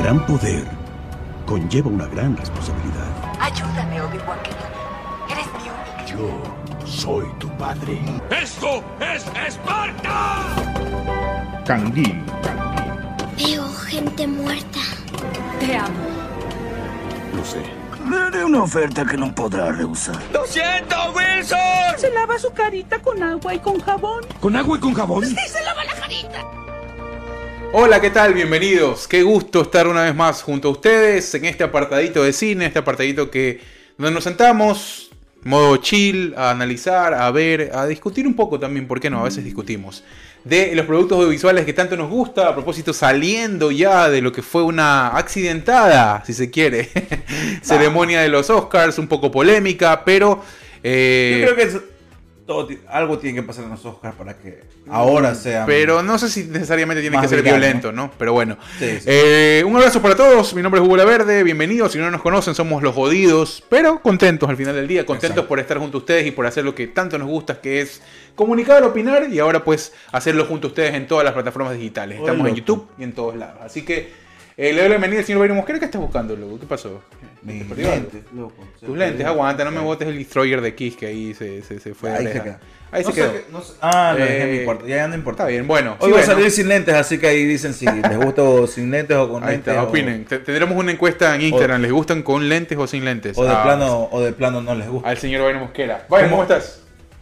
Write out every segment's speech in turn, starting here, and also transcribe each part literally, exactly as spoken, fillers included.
gran poder conlleva una gran responsabilidad. Ayúdame, Obi-Wan Kenobi. Eres mi única. Yo soy tu padre. ¡Esto es Esparta! Canguil. Veo gente muerta. Te amo. Lo sé. Le haré una oferta que no podrá rehusar. ¡Lo siento, Wilson! Se lava su carita con agua y con jabón. ¿Con agua y con jabón? Sí, se lava la carita. Hola, ¿qué tal? Bienvenidos. Qué gusto estar una vez más junto a ustedes en este apartadito de cine, este apartadito que donde nos sentamos, modo chill, a analizar, a ver, a discutir un poco también, ¿por qué no? A veces discutimos. De los productos audiovisuales que tanto nos gusta, a propósito saliendo ya de lo que fue una accidentada, si se quiere, ceremonia de los Oscars, un poco polémica, pero... Eh, Yo creo que es, todo, algo tiene que pasar en los Oscars para que ahora sea... Pero no sé si necesariamente tiene que ser viral, violento, ¿no? ¿no? Pero bueno. Sí, sí. Eh, un abrazo para todos, mi nombre es Hugo Laverde, bienvenidos, si no nos conocen somos Los Jodidos, pero contentos al final del día, contentos Exacto. por estar junto a ustedes y por hacer lo que tanto nos gusta, que es comunicar, opinar y ahora pues hacerlo junto a ustedes en todas las plataformas digitales. Estamos Hola. en YouTube y en todos lados. Así que eh, le doy la bienvenida al señor Bayron Mosquera. ¿Qué estás buscando, loco? ¿Qué pasó? Mis ¿Te perdió algo? lentes, loco. Se Tus lentes, perdió. aguanta, no me botes el destroyer de Kiss que ahí se, se, se fue. Ahí de se oreja. queda. Ahí No se sé quedó. qué- no sé- Ah, lo dejé en Eh, mi cuarto. Ya, ya no importa. Está bien, bueno. Hoy sí, voy a bueno. salir sin lentes, así que ahí dicen si les gusta o sin lentes o con Ahí lentes. está, o, opinen. Te- Tendremos una encuesta en Instagram. ¿Les gustan con lentes o sin lentes? o de Ah, plano o de plano no les gusta. Al señor Bayron Mosquera. Bayron, ¿cómo ¿Cómo? estás?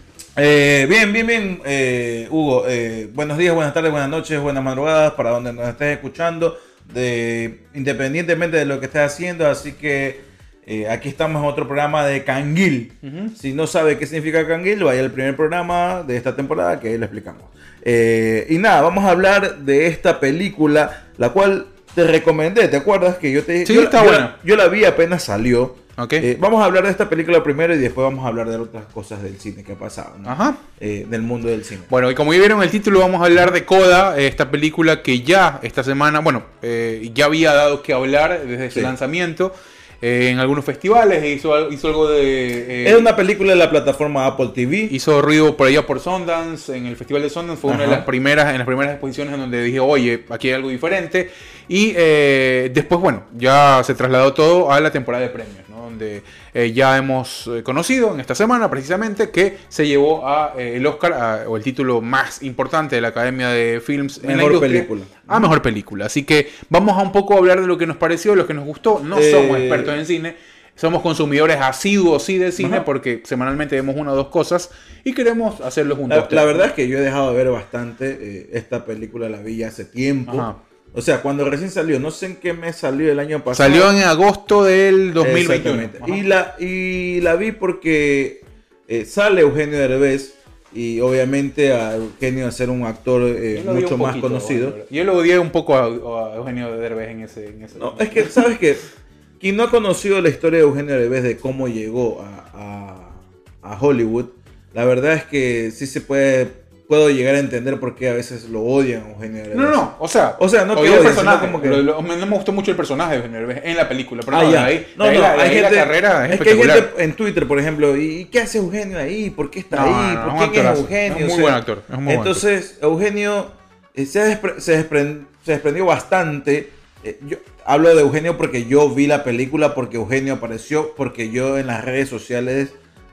Eh, bien, bien, bien, eh, Hugo. eh, buenos días, buenas tardes, buenas noches, buenas madrugadas para donde nos estés escuchando, de, independientemente de lo que estés haciendo. Así que eh, aquí estamos en otro programa de Canguil. Ujú. Si no sabe qué significa Canguil, vaya al primer programa de esta temporada que ahí lo explicamos. Eh, y nada, vamos a hablar de esta película, la cual te recomendé. ¿Te acuerdas que yo te Sí, yo, está yo buena. la- yo la vi apenas salió. Ok. Eh, vamos a hablar de esta película primero y después vamos a hablar de otras cosas del cine que ha pasado, ¿no? Ajá. Eh, del mundo del cine. Bueno, y como ya vieron el título, vamos a hablar de Coda, eh, esta película que ya esta semana, bueno, eh, ya había dado que hablar desde su Sí. lanzamiento eh, en algunos festivales, e hizo, al- hizo algo de... eh, Es una película de la plataforma Apple T V. Hizo ruido por allá por Sundance, en el Festival de Sundance, fue una de Ajá. las primeras, en las primeras exposiciones en donde dije, oye, aquí hay algo diferente. Y eh, después, bueno, ya se trasladó todo a la temporada de premios, ¿no? Donde eh, ya hemos eh, conocido en esta semana precisamente que se llevó a, eh, el Oscar, a- o el título más importante de la Academia de Films en la Mejor industria, película. a Mejor Película. Así que vamos a un poco hablar de lo que nos pareció, lo que nos gustó. No Eh, somos expertos en cine. Somos consumidores asiduos, sí, de cine, Ajá. porque semanalmente vemos una o dos cosas y queremos hacerlo juntos. La, la verdad es que yo he dejado de ver bastante eh, esta película, la vi ya hace tiempo. Ajá. O sea, cuando recién salió, no sé en qué mes salió el año pasado. Salió en agosto del dos mil veintiuno. Exactamente. Y la, y la vi porque eh, sale Eugenio Derbez y obviamente a Eugenio, a ser un actor eh, Yo lo odié mucho un más poquito, conocido. bueno, Yo lo odié un poco a, a Eugenio Derbez en ese... En ese No, es que, ¿sabes qué? Quien no ha conocido la historia de Eugenio Derbez, de cómo llegó a, a, a Hollywood, la verdad es que sí se puede, puedo llegar a entender por qué a veces lo odian a Eugenio Derbez. No, no, no, o sea, O sea, no que odié el odien, personaje, sino como que- lo- lo- me- no me gustó mucho el personaje de Eugenio Derbez en la película, pero Ah, no, ya. de ahí, No, de ahí no, la, de hay ahí la gente, carrera es, es que hay espectacular. gente en Twitter, por ejemplo, ¿y qué hace Eugenio ahí? ¿Por qué está No, ahí? no, ¿Por es un qué es actorazo. Eugenio? Es un muy O sea, buen actor, es un muy buen entonces, Eugenio eh, se, despre- se, despren- se desprendió bastante. Eh, yo hablo de Eugenio porque yo vi la película, porque Eugenio apareció, porque yo en las redes sociales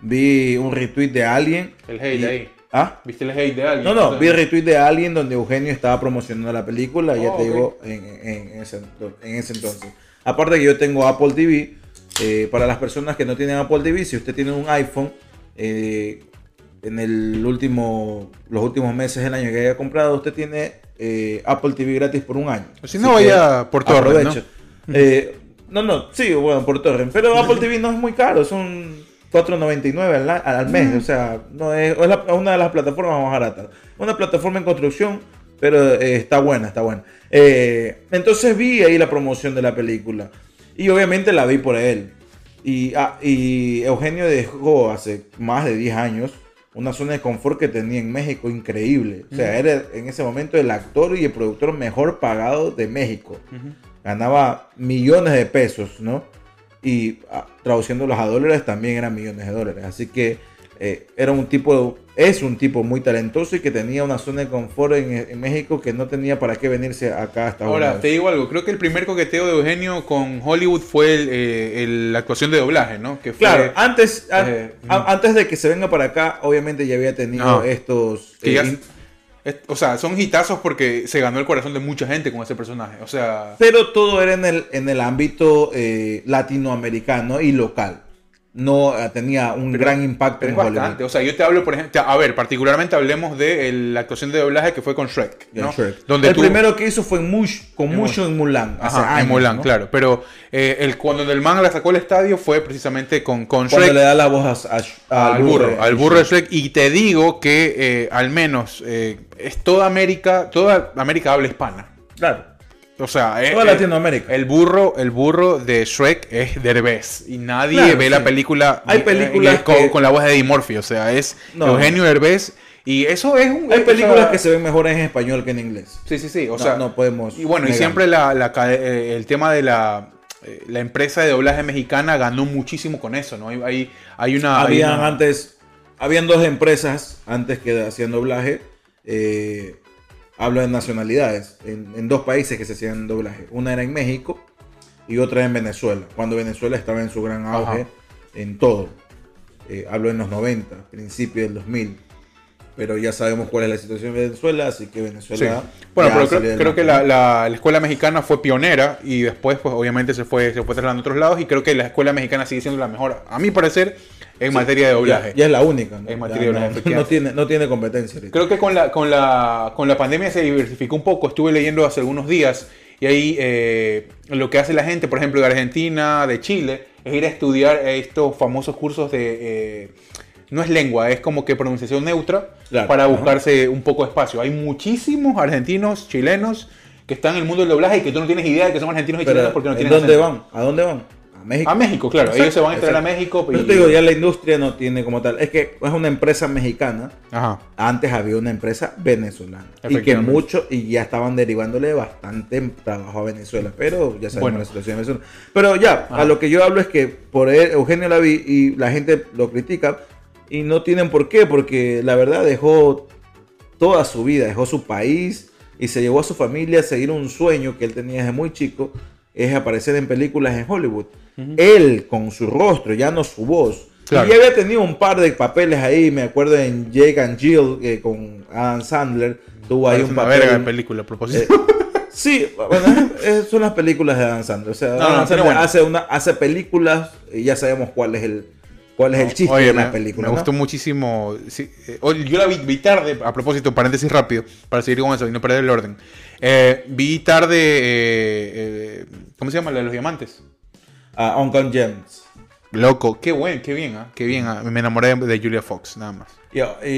vi un retweet de alguien. El hate y- ahí. ¿Ah? ¿Viste el hate de alguien? No, no, O sea, vi el retweet de alguien donde Eugenio estaba promocionando la película, ya Oh, te ok. digo, en, en- en ese, en ese entonces. Aparte que yo tengo Apple T V, eh, para las personas que no tienen Apple T V, si usted tiene un iPhone, eh, en el último, los últimos meses del año que haya comprado, usted tiene eh, Apple T V gratis por un año. Si Así no, que vaya por torrent, aproveche. Eh, no, no, sí, bueno, por torrent, pero Apple T V no es muy caro, son cuatro noventa y nueve al, al mes, o sea, no es, es la- una de las plataformas más baratas. Una plataforma en construcción, pero eh, está buena, está buena. Eh, entonces vi ahí la promoción de la película y obviamente la vi por él. Y, ah, y Eugenio dejó hace más de diez años una zona de confort que tenía en México increíble. O sea, era en ese momento el actor y el productor mejor pagado de México. Ujú. Ganaba millones de pesos, ¿no? Y ah, traduciéndolos a dólares también eran millones de dólares. Así que eh, era un tipo, es un tipo muy talentoso y que tenía una zona de confort en, en México que no tenía para qué venirse acá a Estados Ahora, Unidos. te digo algo, creo que el primer coqueteo de Eugenio con Hollywood fue el, eh, el- la actuación de doblaje, ¿no? Que fue, Claro, antes, a- eh, a- antes de que se venga para acá, obviamente ya había tenido No. estos... que eh, ya- in- es- o sea, son hitazos porque se ganó el corazón de mucha gente con ese personaje. O sea, pero todo era en el, en el ámbito eh, latinoamericano y local. No eh, tenía un Pero- gran impacto pero en es Hollywood. bastante. O sea, yo te hablo, por ejemplo, a ver, particularmente hablemos de el- la actuación de doblaje que fue con Shrek, Ya, ¿no? Shrek. Donde el tú- primero que hizo fue en Mush, con En Mushu Mush. en Mulan. hace Ajá, en años, Mulan, ¿no? claro. Pero eh, el, cuando el man la sacó al estadio fue precisamente con, con Cuando Shrek. le da la voz a, a- al burro, a al burro de Shrek. Y te digo que eh, al menos eh, es toda América, toda América habla hispana. Claro. O sea, es- Toda es- Latinoamérica. El burro, el burro de Shrek es Derbez. Y nadie Claro, ve sí. la película Hay eh, películas eh, con, que- con la voz de Eddie Murphy. O sea, es No. Eugenio Derbez. Y eso es un. Hay o películas sea, que se ven mejores en español que en inglés. Sí, sí, sí. O No, sea, no podemos Y bueno, y negar. siempre la, la ca- eh, el tema de la. eh, La empresa de doblaje mexicana ganó muchísimo con eso, ¿no? Hay, hay, hay una. hay Habían una- antes, habían dos empresas antes que hacían doblaje. Eh, hablo de nacionalidades. En, en dos países que se hacían doblaje. Una era en México y otra en Venezuela. Cuando Venezuela estaba en su gran auge Ajá. en todo. Eh, hablo en los noventa, principios del dos mil. Pero ya sabemos cuál es la situación en Venezuela, así que Sí. Venezuela. Bueno, ya pero salió creo, del creo que mapa, la, ¿no? la- la escuela mexicana fue pionera y después, pues obviamente se fue, se fue trasladando a otros lados. Y creo que la escuela mexicana sigue siendo la mejor, a mi parecer, en materia de doblaje. Ya, ya es la única. ¿no? En Ya materia de no, doblaje, no tiene, no tiene competencia ahorita. Creo que con la, con, la, con la pandemia se diversificó un poco. Estuve leyendo hace algunos días y ahí eh, lo que hace la gente, por ejemplo, de Argentina, de Chile, es ir a estudiar estos famosos cursos de... eh, no es lengua, es como que pronunciación neutra Claro, para ajá. buscarse un poco de espacio. Hay muchísimos argentinos, chilenos, que están en el mundo del doblaje y que tú no tienes idea de que son argentinos y Pero, chilenos porque no ¿en tienen dónde acento. van? ¿A dónde van? A México. A México, claro. Exacto, Ellos se van a entrar a exacto. México. Pero y- te digo, ya la industria no tiene como tal. Es que es una empresa mexicana. Ajá. Antes había una empresa venezolana. Y que Efectivamente. mucho, y ya estaban derivándole bastante trabajo a Venezuela. Pero ya sabemos Bueno. la situación de Venezuela. Pero ya, Ajá. a lo que yo hablo es que por él, Eugenio la vi y la gente lo critica. Y no tienen por qué, porque la verdad dejó toda su vida, dejó su país y se llevó a su familia a seguir un sueño que él tenía desde muy chico, es aparecer en películas en Hollywood. Él con su rostro, ya no su voz. Claro. Y ya había tenido un par de papeles ahí, me acuerdo en Jake and Jill, eh, con Adam Sandler, tuvo ahí Parece un una papel. verga de película, a propósito. Eh, sí, bueno, es- son las películas de Adam Sandler. O sea, No, Adam no, Sandler pero bueno. hace, una, hace películas y ya sabemos cuál es el, cuál es el chiste Oye, de la me, película. me ¿no? gustó muchísimo. Sí, eh, oye, yo la vi, vi tarde, a propósito, paréntesis rápido, para seguir con eso y no perder el orden. Eh, vi tarde, eh, eh, ¿cómo se llama? La de los diamantes. Ah, Uncut Gems. Loco, qué buen, qué bien, ¿ah? Qué bien. ¿Ah? Me enamoré de Julia Fox, nada más. Y,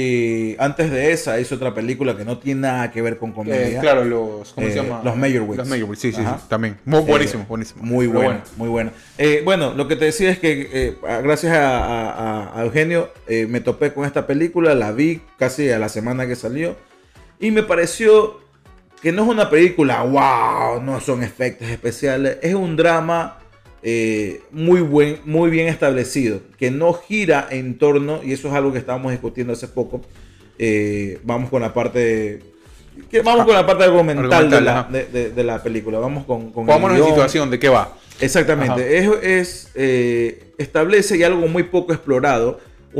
y antes de esa hizo otra película que no tiene nada que ver con comedia. Eh, claro, los, ¿cómo Eh, se llama? los Meyerowitz. Los Meyerowitz, sí, sí, Ajá. sí, también. Muy, buenísimo, Eh, buenísimo. Muy Pero bueno, muy bueno. Eh, bueno, lo que te decía es que eh, gracias a, a- a Eugenio eh, me topé con esta película, la vi casi a la semana que salió y me pareció que no es una película, wow, no son efectos especiales, es un drama eh, muy, buen, muy bien establecido, que no gira en torno, y eso es algo que estábamos discutiendo hace poco, eh, vamos con la parte... que vamos con la parte argumental, Argumental, de, la, ajá. de, de- de la película. Vamos con, con el Pongámonos en guión. situación de qué va. Exactamente. Es, es, eh, establece y algo muy poco explorado.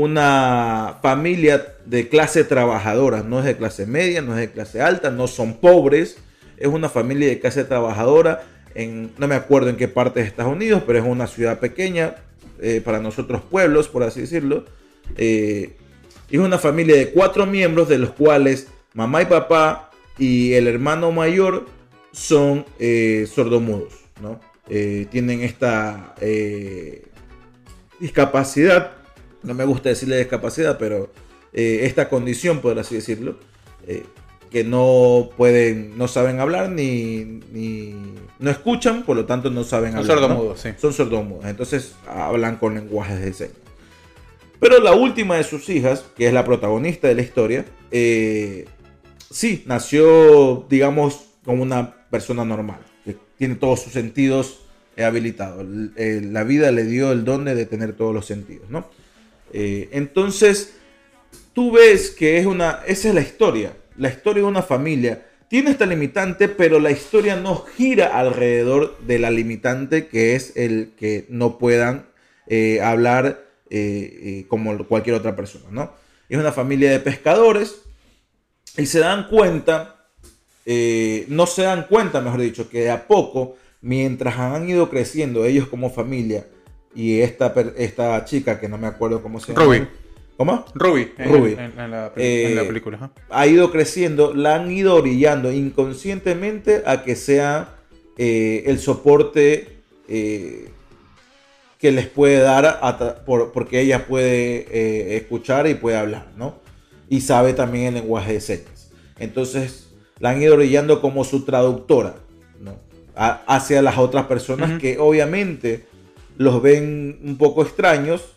Una familia de clase trabajadora. No es de clase media, no es de clase alta, no son pobres. Es una familia de clase trabajadora. En, no me acuerdo en qué parte de Estados Unidos, pero es una ciudad pequeña. eh, para nosotros pueblos, por así decirlo. Eh, es una familia de cuatro miembros, de los cuales mamá y papá y el hermano mayor son eh, sordomudos, ¿no? Eh, tienen esta eh, discapacidad, no me gusta decirle discapacidad, pero eh, esta condición, por así decirlo, eh, que no pueden, no saben hablar ni, ni no escuchan, por lo tanto no saben Son hablar. ¿no? sordomudos, sí. Son sordomudos, entonces hablan con lenguajes de señas. Pero la última de sus hijas, que es la protagonista de la historia, eh, sí, nació, digamos, como una persona normal, que tiene todos sus sentidos eh, habilitados. Eh, la vida le dio el don de tener todos los sentidos, ¿no? Eh, entonces, tú ves que es una, esa es la historia, la historia de una familia. Tiene esta limitante, pero la historia no gira alrededor de la limitante que es el que no puedan eh, hablar eh, eh, como cualquier otra persona, ¿no? Es una familia de pescadores y se dan cuenta, eh, no se dan cuenta, mejor dicho, que de a poco, mientras han ido creciendo ellos como familia y esta, esta chica que no me acuerdo cómo se llama. Ruby. ¿Cómo? Ruby. En, Ruby. En, en, la, eh, en la película. Ajá. Ha ido creciendo, la han ido orillando inconscientemente a que sea eh, el soporte eh, que les puede dar a, por, porque ella puede eh, escuchar y puede hablar, ¿no? Y sabe también el lenguaje de señas. Entonces la han ido orillando como su traductora, ¿no? A, hacia las otras personas uh-huh. que obviamente los ven un poco extraños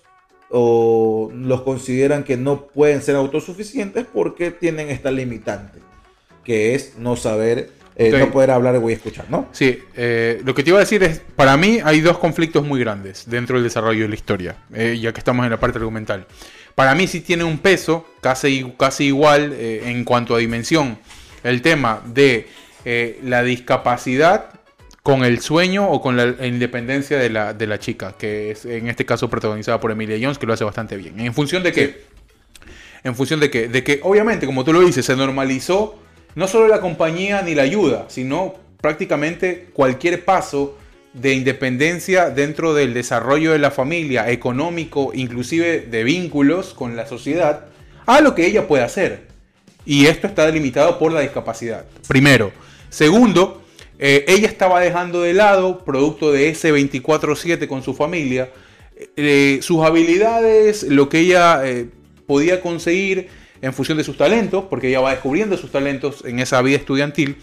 o los consideran que no pueden ser autosuficientes porque tienen esta limitante, que es no saber, eh, no poder hablar y escuchar, ¿no? Sí, eh, lo que te iba a decir es, para mí hay dos conflictos muy grandes dentro del desarrollo de la historia, eh, ya que estamos en la parte argumental. Para mí sí tiene un peso casi, casi igual eh, en cuanto a dimensión, el tema de eh, la discapacidad con el sueño o con la independencia de la, de la chica, que es en este caso protagonizada por Emilia Jones, que lo hace bastante bien. ¿En función de qué? Sí. En función de qué? De que obviamente, como tú lo dices, se normalizó no solo la compañía ni la ayuda, sino prácticamente cualquier paso de independencia dentro del desarrollo de la familia, económico, inclusive de vínculos con la sociedad, a lo que ella puede hacer. Y esto está delimitado por la discapacidad. Primero. Segundo, Eh, ella estaba dejando de lado, producto de ese veinticuatro siete con su familia, eh, sus habilidades, lo que ella eh, podía conseguir en función de sus talentos, porque ella va descubriendo sus talentos en esa vida estudiantil,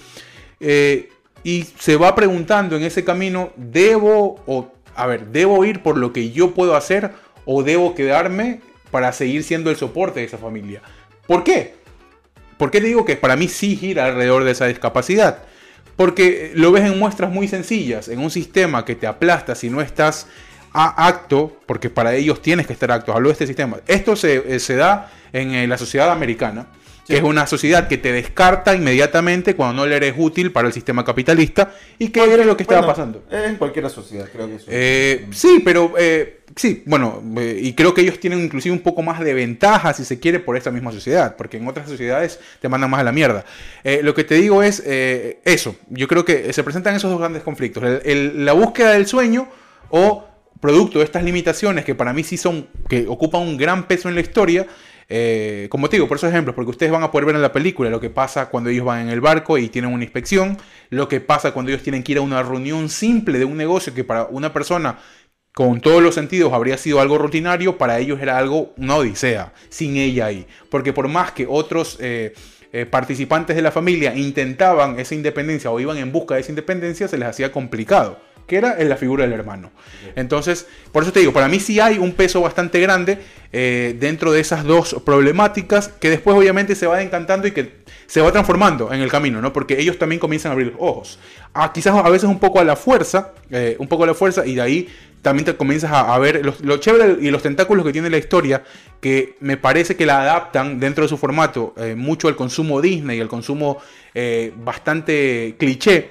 eh, y se va preguntando en ese camino, ¿debo, o, a ver, ¿debo ir por lo que yo puedo hacer o debo quedarme para seguir siendo el soporte de esa familia? ¿Por qué? ¿Por qué te digo que para mí sí gira alrededor de esa discapacidad? Porque lo ves en muestras muy sencillas, en un sistema que te aplasta si no estás a acto, porque para ellos tienes que estar acto. Hablo de este sistema. Esto se, se da en la sociedad americana, sí. que es una sociedad que te descarta inmediatamente cuando no le eres útil para el sistema capitalista. ¿Y qué era lo que estaba bueno, pasando? En cualquier sociedad, creo que eso. Eh, sí, pero eh, sí, bueno, eh, y creo que ellos tienen inclusive un poco más de ventaja, si se quiere, por esta misma sociedad, porque en otras sociedades te mandan más a la mierda. Eh, lo que te digo es eh, eso, yo creo que se presentan esos dos grandes conflictos, el, el, la búsqueda del sueño o producto de estas limitaciones que para mí sí son, que ocupan un gran peso en la historia. Eh, como te digo, por esos ejemplos, porque ustedes van a poder ver en la película lo que pasa cuando ellos van en el barco y tienen una inspección, lo que pasa cuando ellos tienen que ir a una reunión simple de un negocio que para una persona con todos los sentidos habría sido algo rutinario, para ellos era algo, una odisea, sin ella ahí. Porque por más que otros eh, eh, participantes de la familia intentaban esa independencia o iban en busca de esa independencia, se les hacía complicado, que era en la figura del hermano. Entonces, por eso te digo, para mí sí hay un peso bastante grande eh, dentro de esas dos problemáticas, que después obviamente se va encantando y que se va transformando en el camino, ¿no? Porque ellos también comienzan a abrir los ojos. Ah, quizás a veces un poco a la fuerza, eh, un poco a la fuerza, y de ahí también te comienzas a, a ver los, lo chévere y los tentáculos que tiene la historia, que me parece que la adaptan dentro de su formato eh, mucho al consumo Disney, al consumo eh, bastante cliché.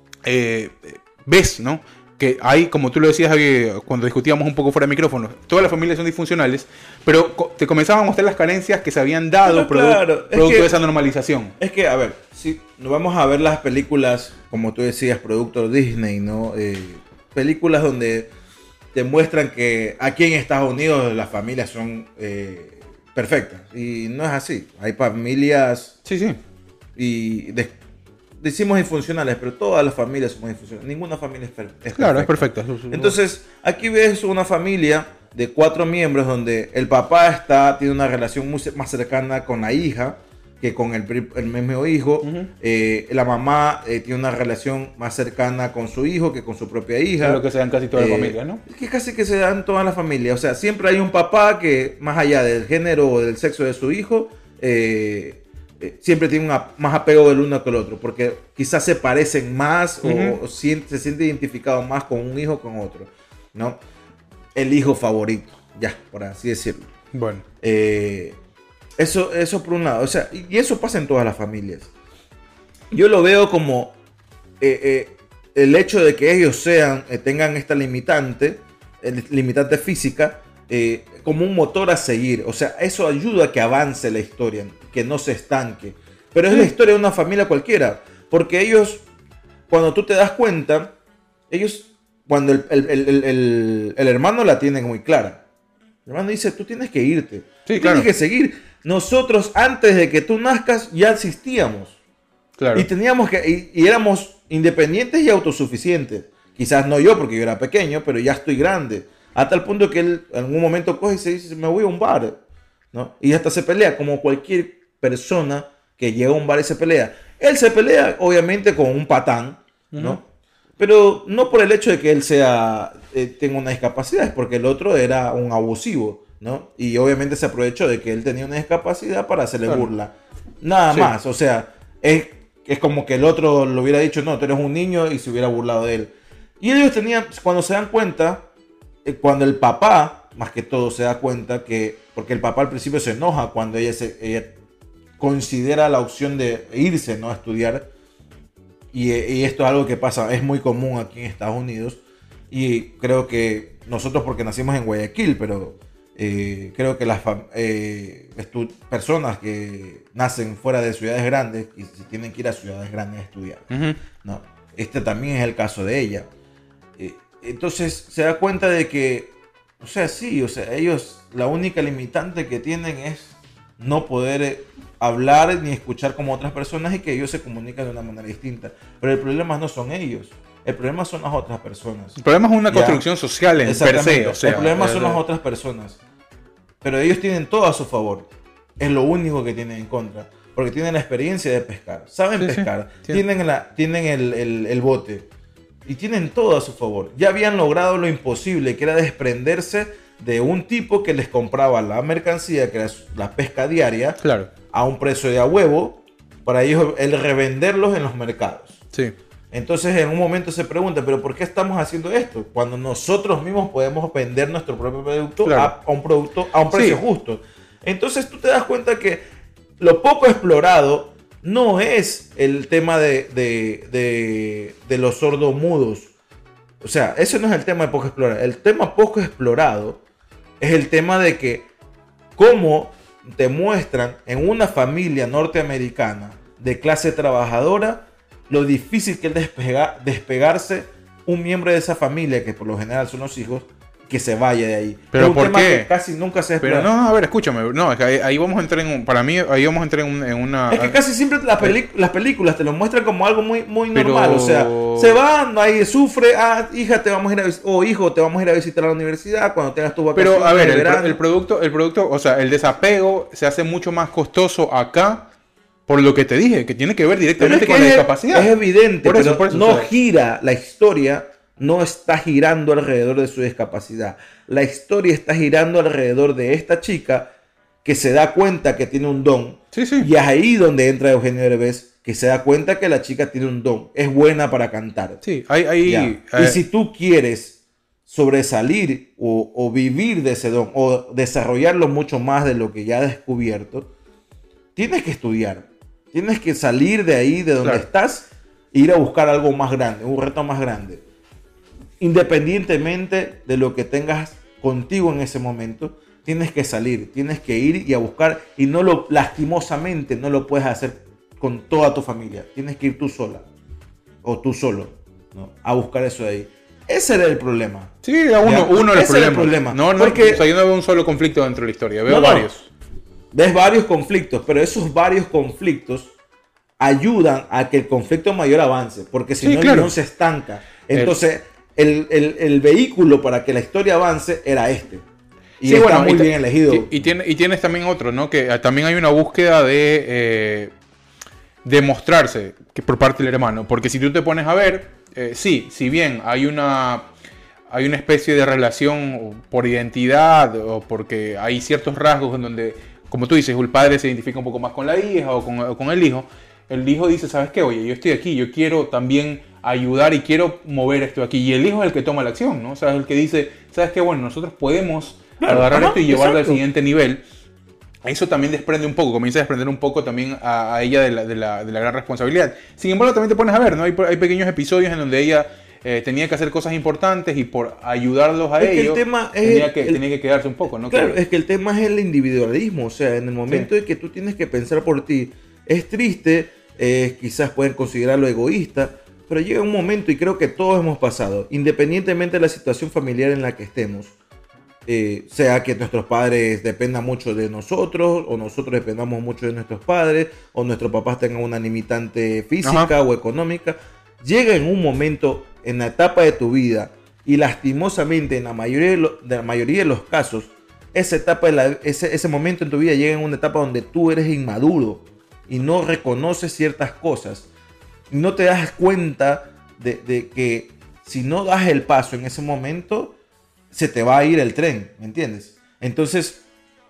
Eh, ves, ¿no? Que hay, como tú lo decías cuando discutíamos un poco fuera de micrófono, todas las familias son disfuncionales, pero te comenzaban a mostrar las carencias que se habían dado pero claro, produ- producto que, de esa normalización. Es que, a ver, si nos vamos a ver las películas, como tú decías, producto Disney, ¿no? Eh, películas donde te muestran que aquí en Estados Unidos las familias son eh, perfectas, y no es así. Hay familias... Sí, sí. Y... De, decimos disfuncionales, pero todas las familias son disfuncionales. Ninguna familia es, per- es perfecta. Claro, es perfecta. Entonces, aquí ves una familia de cuatro miembros donde el papá está, tiene una relación muy, más cercana con la hija que con el, el mismo hijo. Uh-huh. Eh, la mamá eh, tiene una relación más cercana con su hijo que con su propia hija. Es lo que se dan casi todas eh, las familias, ¿no? Es que casi que se dan todas las familias. O sea, siempre hay un papá que, más allá del género o del sexo de su hijo, eh, siempre tiene una, más apego del uno que el otro, porque quizás se parecen más uh-huh. o, o siente, se siente identificado más con un hijo que con otro, ¿no? El hijo favorito, ya, por así decirlo. Bueno. Eh, eso, eso por un lado. O sea, y eso pasa en todas las familias. Yo lo veo como eh, eh, el hecho de que ellos sean, eh, tengan esta limitante, eh, limitante física, eh, como un motor a seguir. O sea, eso ayuda a que avance la historia, que no se estanque. Pero es la historia de una familia cualquiera. Porque ellos, cuando tú te das cuenta, ellos, cuando el, el, el, el, el hermano la tiene muy clara. El hermano dice, tú tienes que irte. Sí, tú claro. Tienes que seguir. Nosotros, antes de que tú nazcas, ya existíamos. Claro. Y teníamos que, y, y éramos independientes y autosuficientes. Quizás no yo, porque yo era pequeño, pero ya estoy grande. A tal punto que él en algún momento coge y se dice, me voy a un bar, ¿no? Y hasta se pelea, como cualquier persona que llega a un bar y se pelea. Él se pelea, obviamente, con un patán, ¿no? Uh-huh. Pero no por el hecho de que él sea, eh, tenga una discapacidad, es porque el otro era un abusivo, ¿no? Y obviamente se aprovechó de que él tenía una discapacidad para hacerle claro. burla. Nada sí. más, o sea, es, es como que el otro le hubiera dicho, no, tú eres un niño, y se hubiera burlado de él. Y ellos tenían, cuando se dan cuenta, eh, cuando el papá, más que todo, se da cuenta que, porque el papá al principio se enoja cuando ella, se, ella considera la opción de irse, ¿no? A estudiar. Y, y esto es algo que pasa, es muy común aquí en Estados Unidos. Y creo que nosotros, porque nacimos en Guayaquil, pero eh, creo que las eh, personas que nacen fuera de ciudades grandes y se tienen que ir a ciudades grandes a estudiar, uh-huh. ¿no? Este también es el caso de ella. Eh, entonces se da cuenta de que, o sea, sí, o sea, ellos, la única limitante que tienen es no poder hablar ni escuchar como otras personas, y que ellos se comunican de una manera distinta. Pero el problema no son ellos, el problema son las otras personas. El problema es una ¿Ya? construcción social en per se. O sea, el problema son las otras personas. Pero ellos tienen todo a su favor. Es lo único que tienen en contra. Porque tienen la experiencia de pescar. Saben sí, pescar. Sí, tienen, la, tienen el, el, el bote. Y tienen todo a su favor. Ya habían logrado lo imposible, que era desprenderse de un tipo que les compraba la mercancía, que era la pesca diaria, claro. a un precio de a huevo, para ellos el revenderlos en los mercados. Sí. Entonces en un momento se pregunta, ¿pero por qué estamos haciendo esto? Cuando nosotros mismos podemos vender nuestro propio producto claro. a, a un producto a un precio sí. justo. Entonces tú te das cuenta que lo poco explorado no es el tema de, de, de, de los sordomudos. O sea, ese no es el tema de poco explorado. El tema poco explorado es el tema de que cómo te muestran en una familia norteamericana de clase trabajadora lo difícil que es despega, despegarse un miembro de esa familia, que por lo general son los hijos, que se vaya de ahí. ¿Pero es un por tema qué? Que casi nunca se explora. Pero no, a ver, escúchame. No, es que ahí, ahí vamos a entrar en un... Para mí, ahí vamos a entrar en, un, en una... Es que casi siempre las, peli, las películas te lo muestran como algo muy, muy normal. Pero... O sea, se van, ahí sufre, ah, hija, te vamos a ir a visitar, o hijo, te vamos a ir a visitar a la universidad cuando tengas tu vacaciones. Pero, a ver, el, pro, el producto, el producto, o sea, el desapego se hace mucho más costoso acá, por lo que te dije, que tiene que ver directamente es que con es, la discapacidad. Es evidente, por eso, pero por eso, no ¿sabes? gira la historia. No está girando alrededor de su discapacidad. La historia está girando alrededor de esta chica que se da cuenta que tiene un don. Sí, sí. Y es ahí donde entra Eugenio Derbez, que se da cuenta que la chica tiene un don. Es buena para cantar. Sí, ahí... ahí eh. Y si tú quieres sobresalir o, o vivir de ese don o desarrollarlo mucho más de lo que ya has descubierto, tienes que estudiar. Tienes que salir de ahí, de donde claro. estás, e ir a buscar algo más grande, un reto más grande. Independientemente de lo que tengas contigo en ese momento, tienes que salir, tienes que ir y a buscar, y no lo, lastimosamente no lo puedes hacer con toda tu familia, tienes que ir tú sola o tú solo, ¿no? A buscar eso de ahí. Ese era el problema. Sí, era uno, uno de los problemas. Problema. No, no, Porque, o sea, yo no veo un solo conflicto dentro de la historia, veo no, no, varios. Ves varios conflictos, pero esos varios conflictos ayudan a que el conflicto mayor avance, porque si sí, no, claro. el guión se estanca. Entonces... El, El, el, el vehículo para que la historia avance era este. Y sí, está bueno, muy y bien elegido. Y, y, tiene, y tienes también otro, ¿no? Que también hay una búsqueda de eh, demostrarse que por parte del hermano. Porque si tú te pones a ver, eh, sí, si bien hay una, hay una especie de relación por identidad o porque hay ciertos rasgos en donde, como tú dices, el padre se identifica un poco más con la hija o con, o con el hijo. El hijo dice, ¿sabes qué? Oye, yo estoy aquí, yo quiero también ayudar y quiero mover esto aquí. Y el hijo es el que toma la acción, ¿no? O sea, es el que dice, ¿sabes qué? Bueno, nosotros podemos Claro, agarrar ajá, esto y llevarlo exacto. al siguiente nivel. Eso también desprende un poco, comienza a desprender un poco también a, a ella de la, de, la, de la gran responsabilidad. Sin embargo, también te pones a ver, ¿no? Hay, hay pequeños episodios en donde ella eh, tenía que hacer cosas importantes y por ayudarlos a Es que el ellos tema es tenía, el- que, el- tenía que quedarse un poco, ¿no? Claro, Que- es que el tema es el individualismo, o sea, en el momento Sí. en que tú tienes que pensar por ti, es triste, eh, quizás pueden considerarlo egoísta, pero llega un momento y creo que todos hemos pasado, independientemente de la situación familiar en la que estemos, eh, sea que nuestros padres dependan mucho de nosotros, o nosotros dependamos mucho de nuestros padres, o nuestros papás tengan una limitante física Ajá. o económica, llega en un momento en la etapa de tu vida y lastimosamente en la mayoría de, lo- de la mayoría de los casos, esa etapa de la- ese, ese momento en tu vida llega en una etapa donde tú eres inmaduro y no reconoces ciertas cosas. Y no te das cuenta de, de que si no das el paso en ese momento, se te va a ir el tren, ¿me entiendes? Entonces,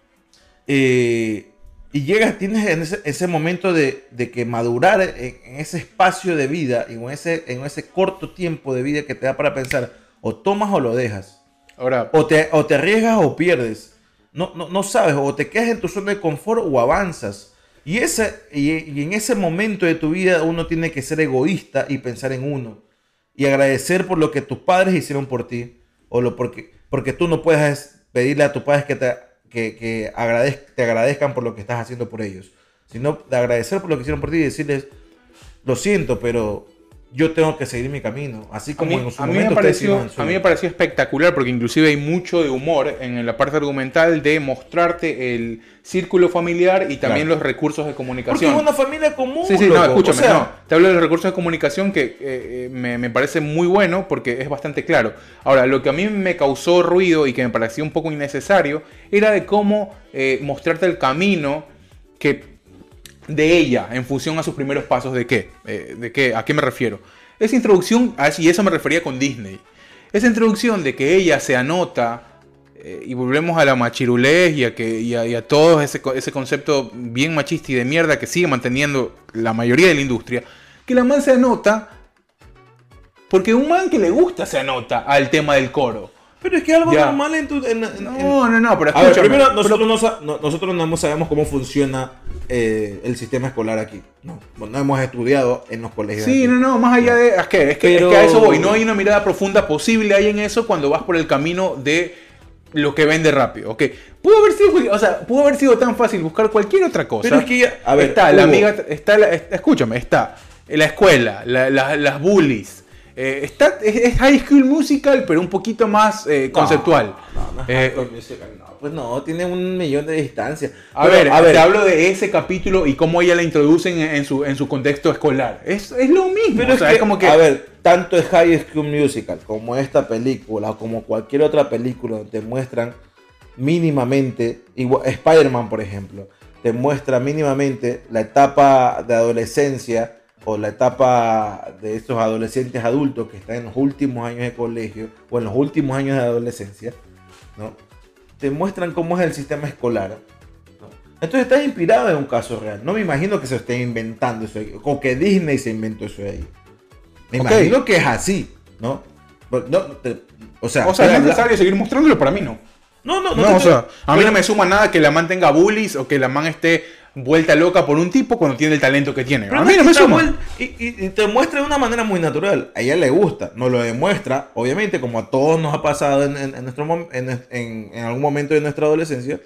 eh, y llegas, tienes en ese, ese momento de, de que madurar en, en ese espacio de vida y en ese, en ese corto tiempo de vida que te da para pensar, o tomas o lo dejas, Ahora, o te, o te arriesgas o pierdes. No, no, no sabes, o te quedas en tu zona de confort o avanzas. Y, ese, y, y en ese momento de tu vida uno tiene que ser egoísta y pensar en uno. Y agradecer por lo que tus padres hicieron por ti. O lo porque, porque tú no puedes pedirle a tus padres que, te, que, que agradez, te agradezcan por lo que estás haciendo por ellos. Sino de agradecer por lo que hicieron por ti y decirles, lo siento, pero yo tengo que seguir mi camino. Así a como mí, en su a mí momento me ustedes pareció, hicieron el a suyo. mí me pareció espectacular porque inclusive hay mucho de humor en la parte argumental de mostrarte el círculo familiar y también Claro. los recursos de Porque comunicación. es una familia común. Sí, sí, no, loco. escúchame, O sea, no. Te hablo de los recursos de comunicación que eh, eh, me, me parece muy bueno porque es bastante claro. Ahora, lo que a mí me causó ruido y que me parecía un poco innecesario era de cómo eh, mostrarte el camino que de ella en función a sus primeros pasos. ¿De qué? Eh, ¿De qué? ¿A qué me refiero? Esa introducción, a- y eso me refería con Disney. Esa introducción de que ella se anota, eh, y volvemos a la machirulez y a, que, y a, y a todo ese, co- ese concepto bien machista y de mierda que sigue manteniendo la mayoría de la industria, que la man se anota porque un man que le gusta se anota al tema del coro. pero es que algo Ya. normal en tu... en- en- No, no, no, pero A ver, escúchame. primero, nosotros, no, sa- no- nosotros no sabemos cómo funciona eh, el sistema escolar aquí. No, no hemos estudiado en los colegios. Sí, aquí. no, no, más allá de... Es que, es, que, Pero- es que a eso voy. No hay una mirada profunda posible ahí en eso cuando vas por el camino de lo que vende rápido. ¿Ok? Pudo haber sido, o sea, pudo haber sido tan fácil buscar cualquier otra cosa. Pero es que ya- a ver, está la Hugo. amiga, está, la- está- escúchame, está la escuela, la- la- las bullies. eh, está, es, es High School Musical, pero un poquito más eh, No, conceptual. No, no, es Eh, High School Musical, no, pues no, tiene un millón de distancias. A Pero, ver, a ver, te hablo de ese capítulo y cómo ella la introducen en, en su, en su contexto escolar. Es, es lo mismo. pero o es sea, que, es como que... a ver, tanto es High School Musical como esta película, o como cualquier otra película donde te muestran mínimamente, igual, Spider-Man por ejemplo, te muestra mínimamente la etapa de adolescencia o la etapa de estos adolescentes adultos que están en los últimos años de colegio o en los últimos años de adolescencia, ¿no? Te muestran cómo es el sistema escolar, ¿no? Entonces estás inspirado en un caso real. No me imagino que se estén inventando eso ahí, o que Disney se inventó eso de ahí. Me Ok. imagino que es así, ¿no? Pero no, te- o sea, O sea, es habla- necesario seguir mostrándolo, para mí no. no, no, no, No, te- o sea, a mí pero- no me suma nada que la man tenga bullies o que la man esté vuelta loca por un tipo cuando tiene el talento que tiene. pero A mí no me está suma. vuel- Y, y- y te muestra de una manera muy natural. A ella le gusta, nos lo demuestra, obviamente, como a todos nos ha pasado en, en- en nuestro, mom- en, en- en algún momento de nuestra adolescencia.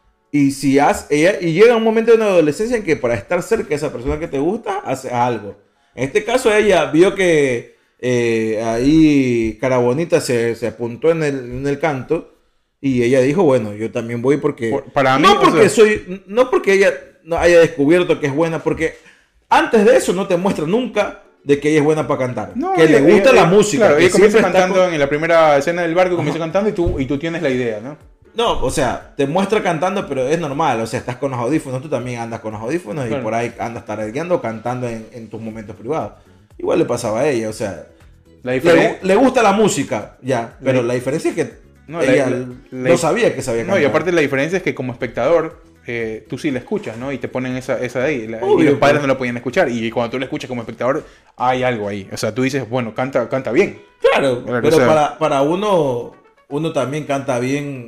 Y si has, ella, y llega un momento de la adolescencia en que para estar cerca de esa persona que te gusta, hace algo. En este caso, ella vio que eh, ahí Cara Bonita se, se apuntó en el, en el canto. Y ella dijo, bueno, yo también voy porque... Por- para mí, no o porque sea- soy... No porque ella no haya descubierto que es buena, porque antes de eso no te muestra nunca de que ella es buena para cantar. No, que ella- le gusta ella- la música. Claro, que ella comienza siempre está cantando con- en la primera escena del barco, comienza cantando y tú, y tú tienes la idea, ¿no? No, o sea, te muestra cantando, pero es normal. O sea, estás con los audífonos, tú también andas con los audífonos Claro. y por ahí andas tarareando o cantando en, en tus momentos privados. Igual le pasaba a ella, o sea... La Le, diferencia... le gusta la música, ya, pero La- la diferencia es que No, la- ella la- no la- sabía que sabía cantar. No, y aparte la diferencia es que como espectador, eh, tú sí la escuchas, ¿no? Y te ponen esa, esa de ahí. La- y Obvio, los padres pues. no la podían escuchar. Y cuando tú la escuchas como espectador, hay algo ahí. O sea, tú dices, bueno, canta, canta bien. Claro, Claro, pero o sea- para, para uno, uno también canta bien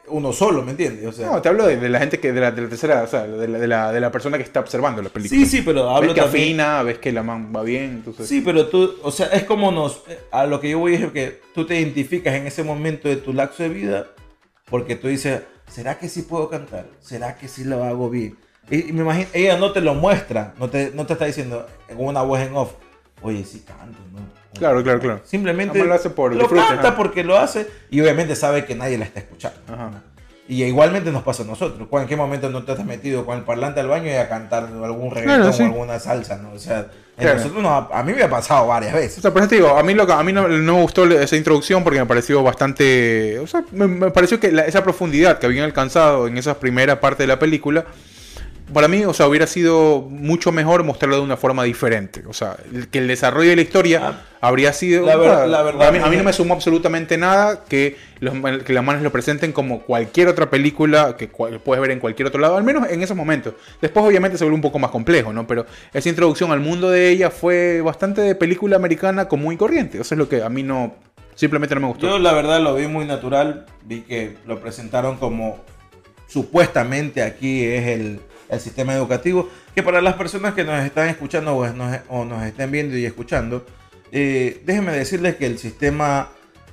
uno solo, ¿me entiendes? O sea, No, te hablo de, de la gente que, de la, de la tercera, o sea, de la, de, la, de la persona que está observando la película. sí, sí, pero hablo Ves que también... afina, ves que la man va bien, entonces... Sí, pero tú, o sea, es como nos... A lo que yo voy es que tú te identificas en ese momento de tu lapso de vida porque tú dices, ¿será que sí puedo cantar? ¿Será que sí lo hago bien? Y, y me imagino, ella no te lo muestra, no te, no te está diciendo con una voz en off, oye, sí canto, ¿no? Claro, claro, claro. Simplemente Además lo hace por lo disfrute, canta ajá. porque lo hace y obviamente sabe que nadie la está escuchando. Ajá. Y igualmente nos pasa a nosotros. ¿En qué momento no te has metido con el parlante al baño y a cantar algún reggaetón Claro, sí. o alguna salsa, ¿no? O sea, en Claro. nosotros nos ha- a mí me ha pasado varias O veces. sea, por eso te digo, a mí, lo, que- a mí no, no me gustó esa introducción porque me pareció bastante... O sea, me, me pareció que la- esa profundidad que habían alcanzado en esa primera parte de la película, para mí, o sea, hubiera sido mucho mejor mostrarlo de una forma diferente. O sea, el- que el desarrollo de la historia Ah, habría sido... la ver- o sea, la verdad, a, mí, a mí me- no me sumó absolutamente nada que, los, que las manes lo presenten como cualquier otra película que cual- puedes ver en cualquier otro lado, al menos en esos momentos. Después obviamente se vuelve un poco más complejo, ¿no? Pero esa introducción al mundo de ella fue bastante de película americana común y corriente. Eso es lo que a mí no... Simplemente no me gustó. Yo la verdad lo vi muy natural. Vi que lo presentaron como supuestamente aquí es el, el sistema educativo. Que para las personas que nos están escuchando o nos, o nos estén viendo y escuchando, eh, déjenme decirles que el sistema,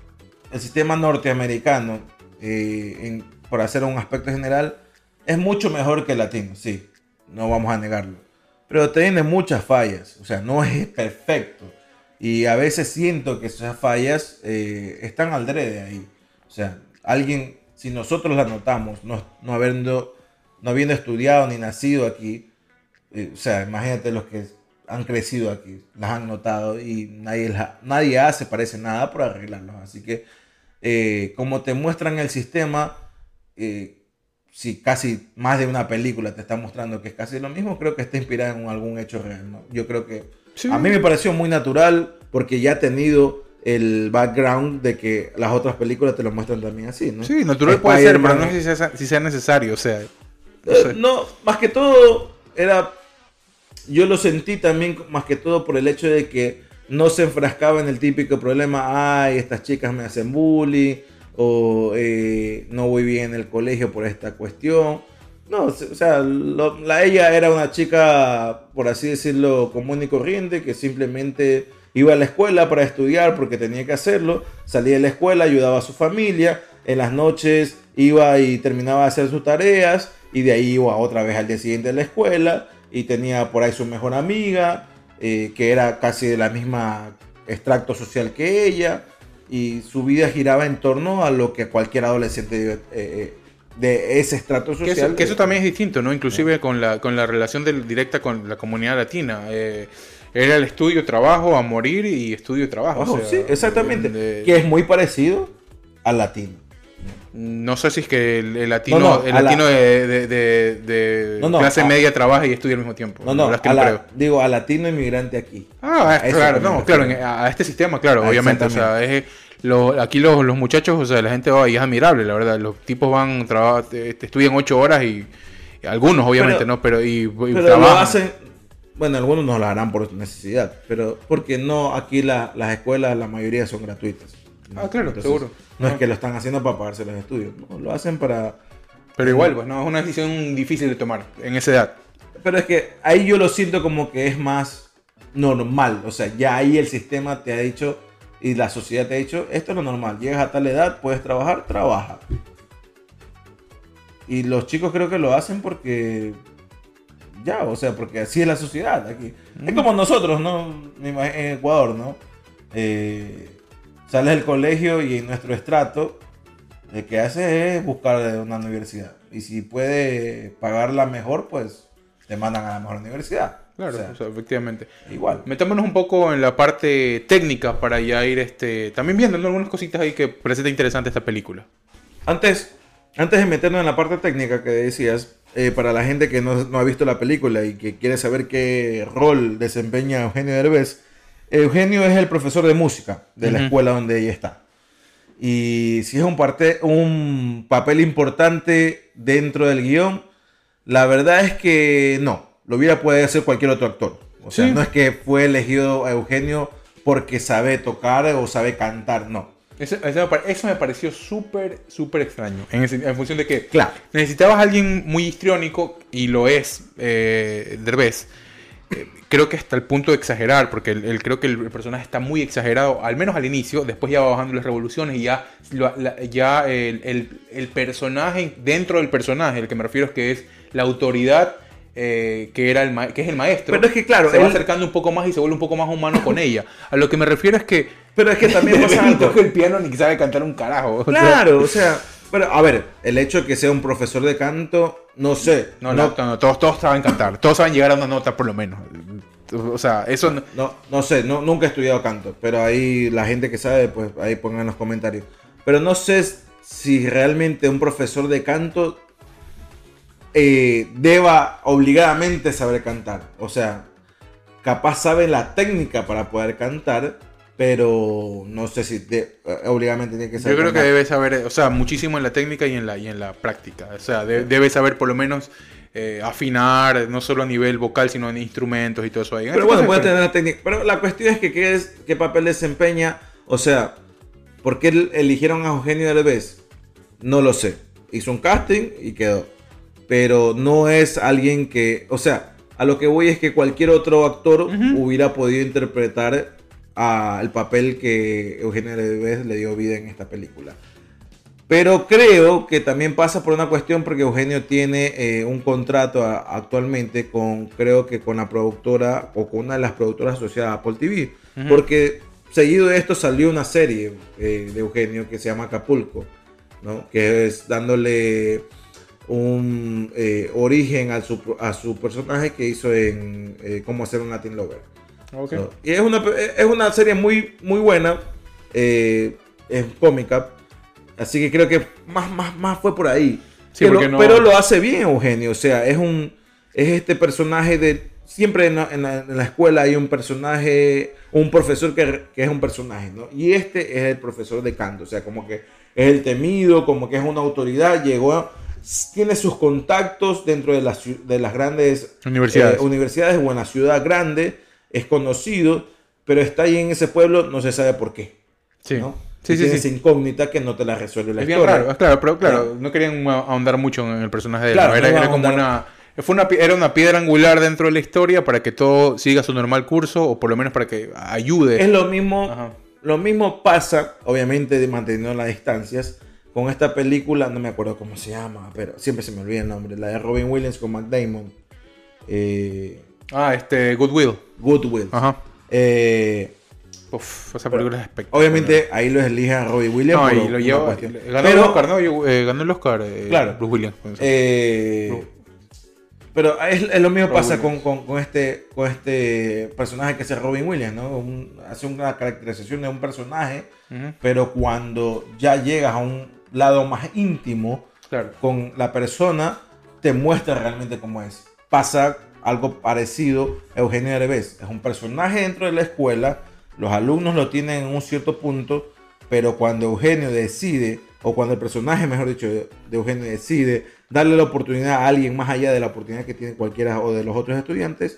el sistema norteamericano, eh, en- por hacer un aspecto general, es mucho mejor que el latino, sí. No vamos a negarlo. Pero tiene muchas fallas. O sea, no es perfecto. Y a veces siento que esas fallas eh, están al drede ahí. O sea, alguien, si nosotros las notamos, no, no, habiendo, no habiendo estudiado ni nacido aquí, eh, o sea, imagínate los que han crecido aquí, las han notado y nadie, la- nadie hace, parece nada por arreglarlos. Así que, eh, como te muestran el sistema, eh, si casi más de una película te está mostrando que es casi lo mismo, creo que está inspirada en algún hecho real, ¿no? Yo creo que Sí. a mí me pareció muy natural porque ya ha tenido el background de que las otras películas te lo muestran también así, ¿no? Sí, natural puede ser, pero Spider-Man, no sé si sea, si sea necesario. O sea, no eh, sé. no, más que todo era, yo lo sentí también más que todo por el hecho de que no se enfrascaba en el típico problema, ay, estas chicas me hacen bullying o eh, no voy bien en el colegio por esta cuestión. No, o sea, lo- la, ella era una chica, por así decirlo, común y corriente, que simplemente iba a la escuela para estudiar porque tenía que hacerlo, salía de la escuela, ayudaba a su familia, en las noches iba y terminaba de hacer sus tareas, y de ahí iba otra vez al día siguiente a la escuela, y tenía por ahí su mejor amiga, eh, que era casi de la misma extracto social que ella, y su vida giraba en torno a lo que cualquier adolescente eh, eh, de ese estrato Que social. eso, que eso también es distinto, ¿no? Inclusive con la, con la relación del, directa con la comunidad latina. Eh, era el estudio-trabajo a morir y estudio-trabajo. Ojo, o sea, sí, exactamente. de- Que es muy parecido al latino. no sé si es que el, el latino, No, no, el a la- latino de, de- de- de No, no, clase a- media trabaja y estudia al mismo tiempo. No, La no, verdad es que a no la- creo. digo, al latino inmigrante aquí. Ah, A eso claro, que me no, claro, en- refiero. a, a este sistema, claro, Ah, obviamente. O sea, es, lo- aquí los, los muchachos, o sea, la gente va y es admirable, la verdad. Los tipos van, traba- te- te estudian ocho horas y, y algunos, obviamente, Pero- ¿no? Pero y, y Pero lo trabajan. hacen, bueno, algunos no lo harán por necesidad, pero porque no, aquí la- las escuelas, la mayoría son gratuitas. Ah, claro, seguro. No es Ah. que lo están haciendo para pagarse los estudios, no, lo hacen para... Pero igual, pues no, es una decisión difícil de tomar en esa edad. Pero es que ahí yo lo siento como que es más normal, o sea, ya ahí el sistema te ha dicho y la sociedad te ha dicho, esto es lo normal, llegas a tal edad, puedes trabajar, trabaja. Y los chicos creo que lo hacen porque ya, o sea, porque así es la sociedad aquí. Es como nosotros, ¿no? Me imag- En Ecuador, ¿no? Eh, sales del colegio y en nuestro estrato, lo que hace es buscar una universidad. Y si puede pagarla mejor, pues te mandan a la mejor universidad. Claro, O sea, o sea, efectivamente. igual. Metámonos un poco en la parte técnica para ya ir este también viendo, ¿no? Algunas cositas ahí que parece interesante esta película. Antes, antes de meternos en la parte técnica que decías, eh, para la gente que no, no ha visto la película y que quiere saber qué rol desempeña Eugenio Derbez, Eugenio es el profesor de música de la Ujú. escuela donde ella está. Y si es un, parte, un papel importante dentro del guión, la verdad es que no, lo hubiera podido hacer cualquier otro actor. O sea, Sí. no es que fue elegido a Eugenio porque sabe tocar o sabe cantar, no. Eso, eso, me, pare- eso me pareció súper, súper extraño. En, ese- en función de que Claro. necesitabas a alguien muy histriónico, y lo es eh, Derbez. Eh, creo que hasta el punto de exagerar, porque el, el- creo que el, el personaje está muy exagerado, al menos al inicio. Después ya va bajando las revoluciones y ya, lo- la- ya el, el- el personaje, dentro del personaje, el que me refiero es que es la autoridad. Eh, que era el ma- que es el maestro, Pero es que, claro, se va él- acercando un poco más y se vuelve un poco más humano con ella. A lo que me refiero es que Pero es que también de pasa repente algo. toca el piano ni sabe cantar un carajo. O sea, Claro, o sea, pero a ver, el hecho de que sea un profesor de canto, no sé. no, no, no, no, todos, todos saben cantar, todos saben llegar a una nota por lo menos. O sea, eso no- No, no sé, no, nunca he estudiado canto, pero ahí la gente que sabe, pues ahí pongan en los comentarios. Pero no sé si realmente un profesor de canto eh, deba obligadamente saber cantar. O sea, capaz sabe la técnica para poder cantar, pero no sé si de- eh, obligadamente tiene que saber yo creo que cantar. debe saber, o sea, muchísimo en la técnica y en la, y en la práctica. O sea, de- debe saber por lo menos eh, afinar, no solo a nivel vocal, sino en instrumentos y todo eso ahí. En Pero este bueno, caso, puede pero- tener la técnica. Pero la cuestión es que qué, es, qué papel desempeña. O sea, ¿por qué el- eligieron a Eugenio Derbez? No lo sé. Hizo un casting y quedó. Pero no es alguien que... O sea, a lo que voy es que cualquier otro actor hubiera podido interpretar a el papel que Eugenio Derbez le dio vida en esta película. Pero creo que también pasa por una cuestión porque Eugenio tiene eh, un contrato a- actualmente con, creo que con la productora o con una de las productoras asociadas a Apple T V. Ujú. Porque seguido de esto salió una serie eh, de Eugenio que se llama Acapulco, ¿no? Que es dándole un eh, origen a su, a su personaje que hizo en eh, Cómo hacer un Latin Lover. Ok. ¿no? Y es una, es una serie muy, muy buena, eh, es cómica, así que creo que más, más, más fue por ahí. Sí, Que lo- porque no- Pero lo hace bien Eugenio, o sea, es un es este personaje de... Siempre en la, en la- en la escuela hay un personaje, un profesor que, que es un personaje, ¿no? Y este es el profesor de canto, o sea, como que es el temido, como que es una autoridad, llegó a... Tiene sus contactos dentro de las, ciu- de las grandes Universidades. eh, universidades o en la ciudad grande, es conocido, pero está ahí en ese pueblo, no se sabe por qué. Sí, ¿no? sí, Y sí, tiene sí. esa incógnita que no te la resuelve la Es bien historia. raro, es claro, pero claro, Claro. no querían ahondar mucho en el personaje de él. Claro, ¿no? Era, no iban era a como ahondar. una, fue una, pi- era una piedra angular dentro de la historia para que todo siga su normal curso, o por lo menos para que ayude. Es lo mismo, Ajá. lo mismo pasa, obviamente de manteniendo las distancias, con esta película, no me acuerdo cómo se llama, pero siempre se me olvida el nombre, la de Robin Williams con Matt Damon, eh, Ah, este, Goodwill. Goodwill. Ajá. Eh, Uf, esa película es espectacular. obviamente ahí lo elige a Robin Williams. No, por y una lo lleva, cuestión. ganó Pero- el Oscar, ¿no? Yo- eh, ganó el Oscar, eh, Claro. Bruce Williams. Eh, pero es, es lo mismo Robin pasa con, Williams. con- con este, con este personaje que es Robin Williams, ¿no? Un- hace una caracterización de un personaje, Ujú, pero cuando ya llegas a un lado más íntimo claro. con la persona, te muestra realmente cómo es. Pasa algo parecido a Eugenio Derbez. Es un personaje dentro de la escuela, los alumnos lo tienen en un cierto punto, pero cuando Eugenio decide, o cuando el personaje, mejor dicho, de Eugenio decide darle la oportunidad a alguien más allá de la oportunidad que tiene cualquiera o de los otros estudiantes,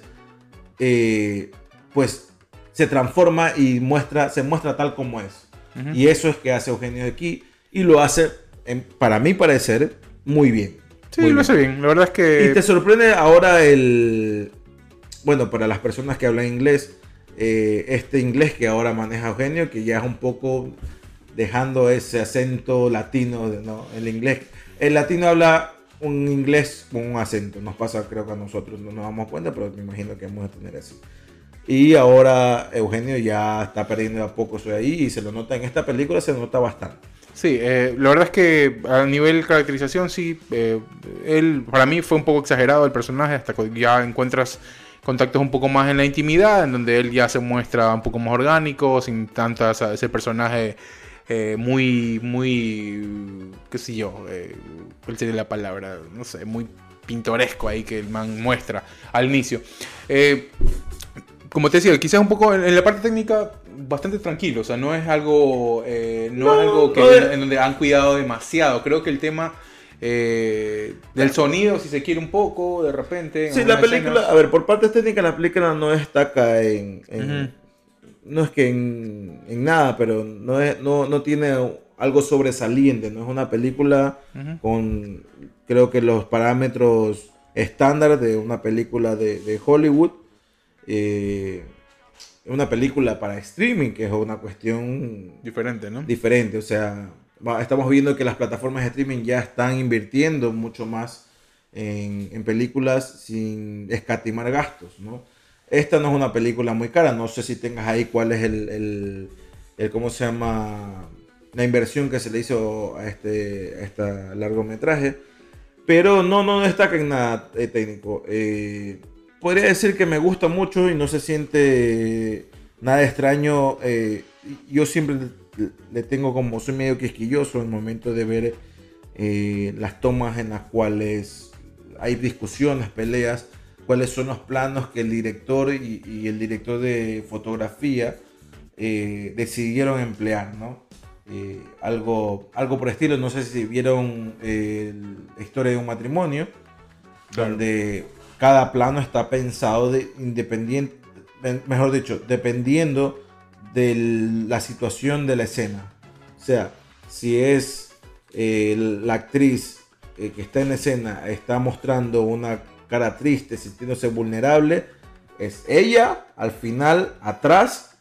eh, pues se transforma y muestra, se muestra tal como es. Ujú. Y eso es que hace Eugenio aquí y lo hace, en- para mi parecer, muy bien. Sí, Muy lo bien. hace bien. La verdad es que... Y te sorprende ahora el... Bueno, para las personas que hablan inglés, eh, este inglés que ahora maneja Eugenio, que ya es un poco dejando ese acento latino, ¿no? El inglés... El latino habla un inglés con un acento. Nos pasa, creo que a nosotros no nos damos cuenta, pero me imagino que vamos a tener así. Y ahora Eugenio ya está perdiendo a poco eso de ahí y se lo nota en esta película, se nota bastante. Sí, eh, la verdad es que a nivel caracterización, sí, eh, él, para mí fue un poco exagerado el personaje, hasta que ya encuentras contactos un poco más en la intimidad, en donde él ya se muestra un poco más orgánico, sin tanta esa- ese personaje eh, muy, muy, qué sé yo, eh, ¿cuál sería la palabra? No sé, muy pintoresco ahí que el man muestra al inicio. Eh, como te decía, quizás un poco en, en la parte técnica bastante tranquilo, o sea, no es algo, eh, no, No, es algo que no es- en, en donde han cuidado demasiado. Creo que el tema eh, del sonido, si se quiere un poco, de repente. en Sí, la algunas película, escenas- a ver, por partes técnicas la película no destaca en, en, no es que en, en nada, pero no, es, no, no tiene algo sobresaliente, no es una película uh-huh. con, creo que los parámetros estándar de una película de, de Hollywood, eh, una película para streaming, que es una cuestión diferente, ¿no? Diferente, o sea, va, estamos viendo que las plataformas de streaming ya están invirtiendo mucho más en, en películas sin escatimar gastos, ¿no? Esta no es una película muy cara, no sé si tengas ahí cuál es el, el, el ¿cómo se llama? La inversión que se le hizo a este, a este largometraje, pero no, no destaca en nada eh, técnico. Eh, podría decir que me gusta mucho y no se siente nada extraño. Eh, yo siempre le, le tengo como, soy medio quisquilloso en el momento de ver eh, las tomas en las cuales hay discusiones, peleas, cuáles son los planos que el director y, y el director de fotografía eh, decidieron emplear, ¿no? Eh, algo, algo por estilo, no sé si vieron eh, la historia de un matrimonio, claro, donde cada plano está pensado de independiente, mejor dicho, dependiendo de la situación de la escena. O sea, si es eh, la actriz eh, que está en la escena está mostrando una cara triste, sintiéndose vulnerable, es ella al final atrás,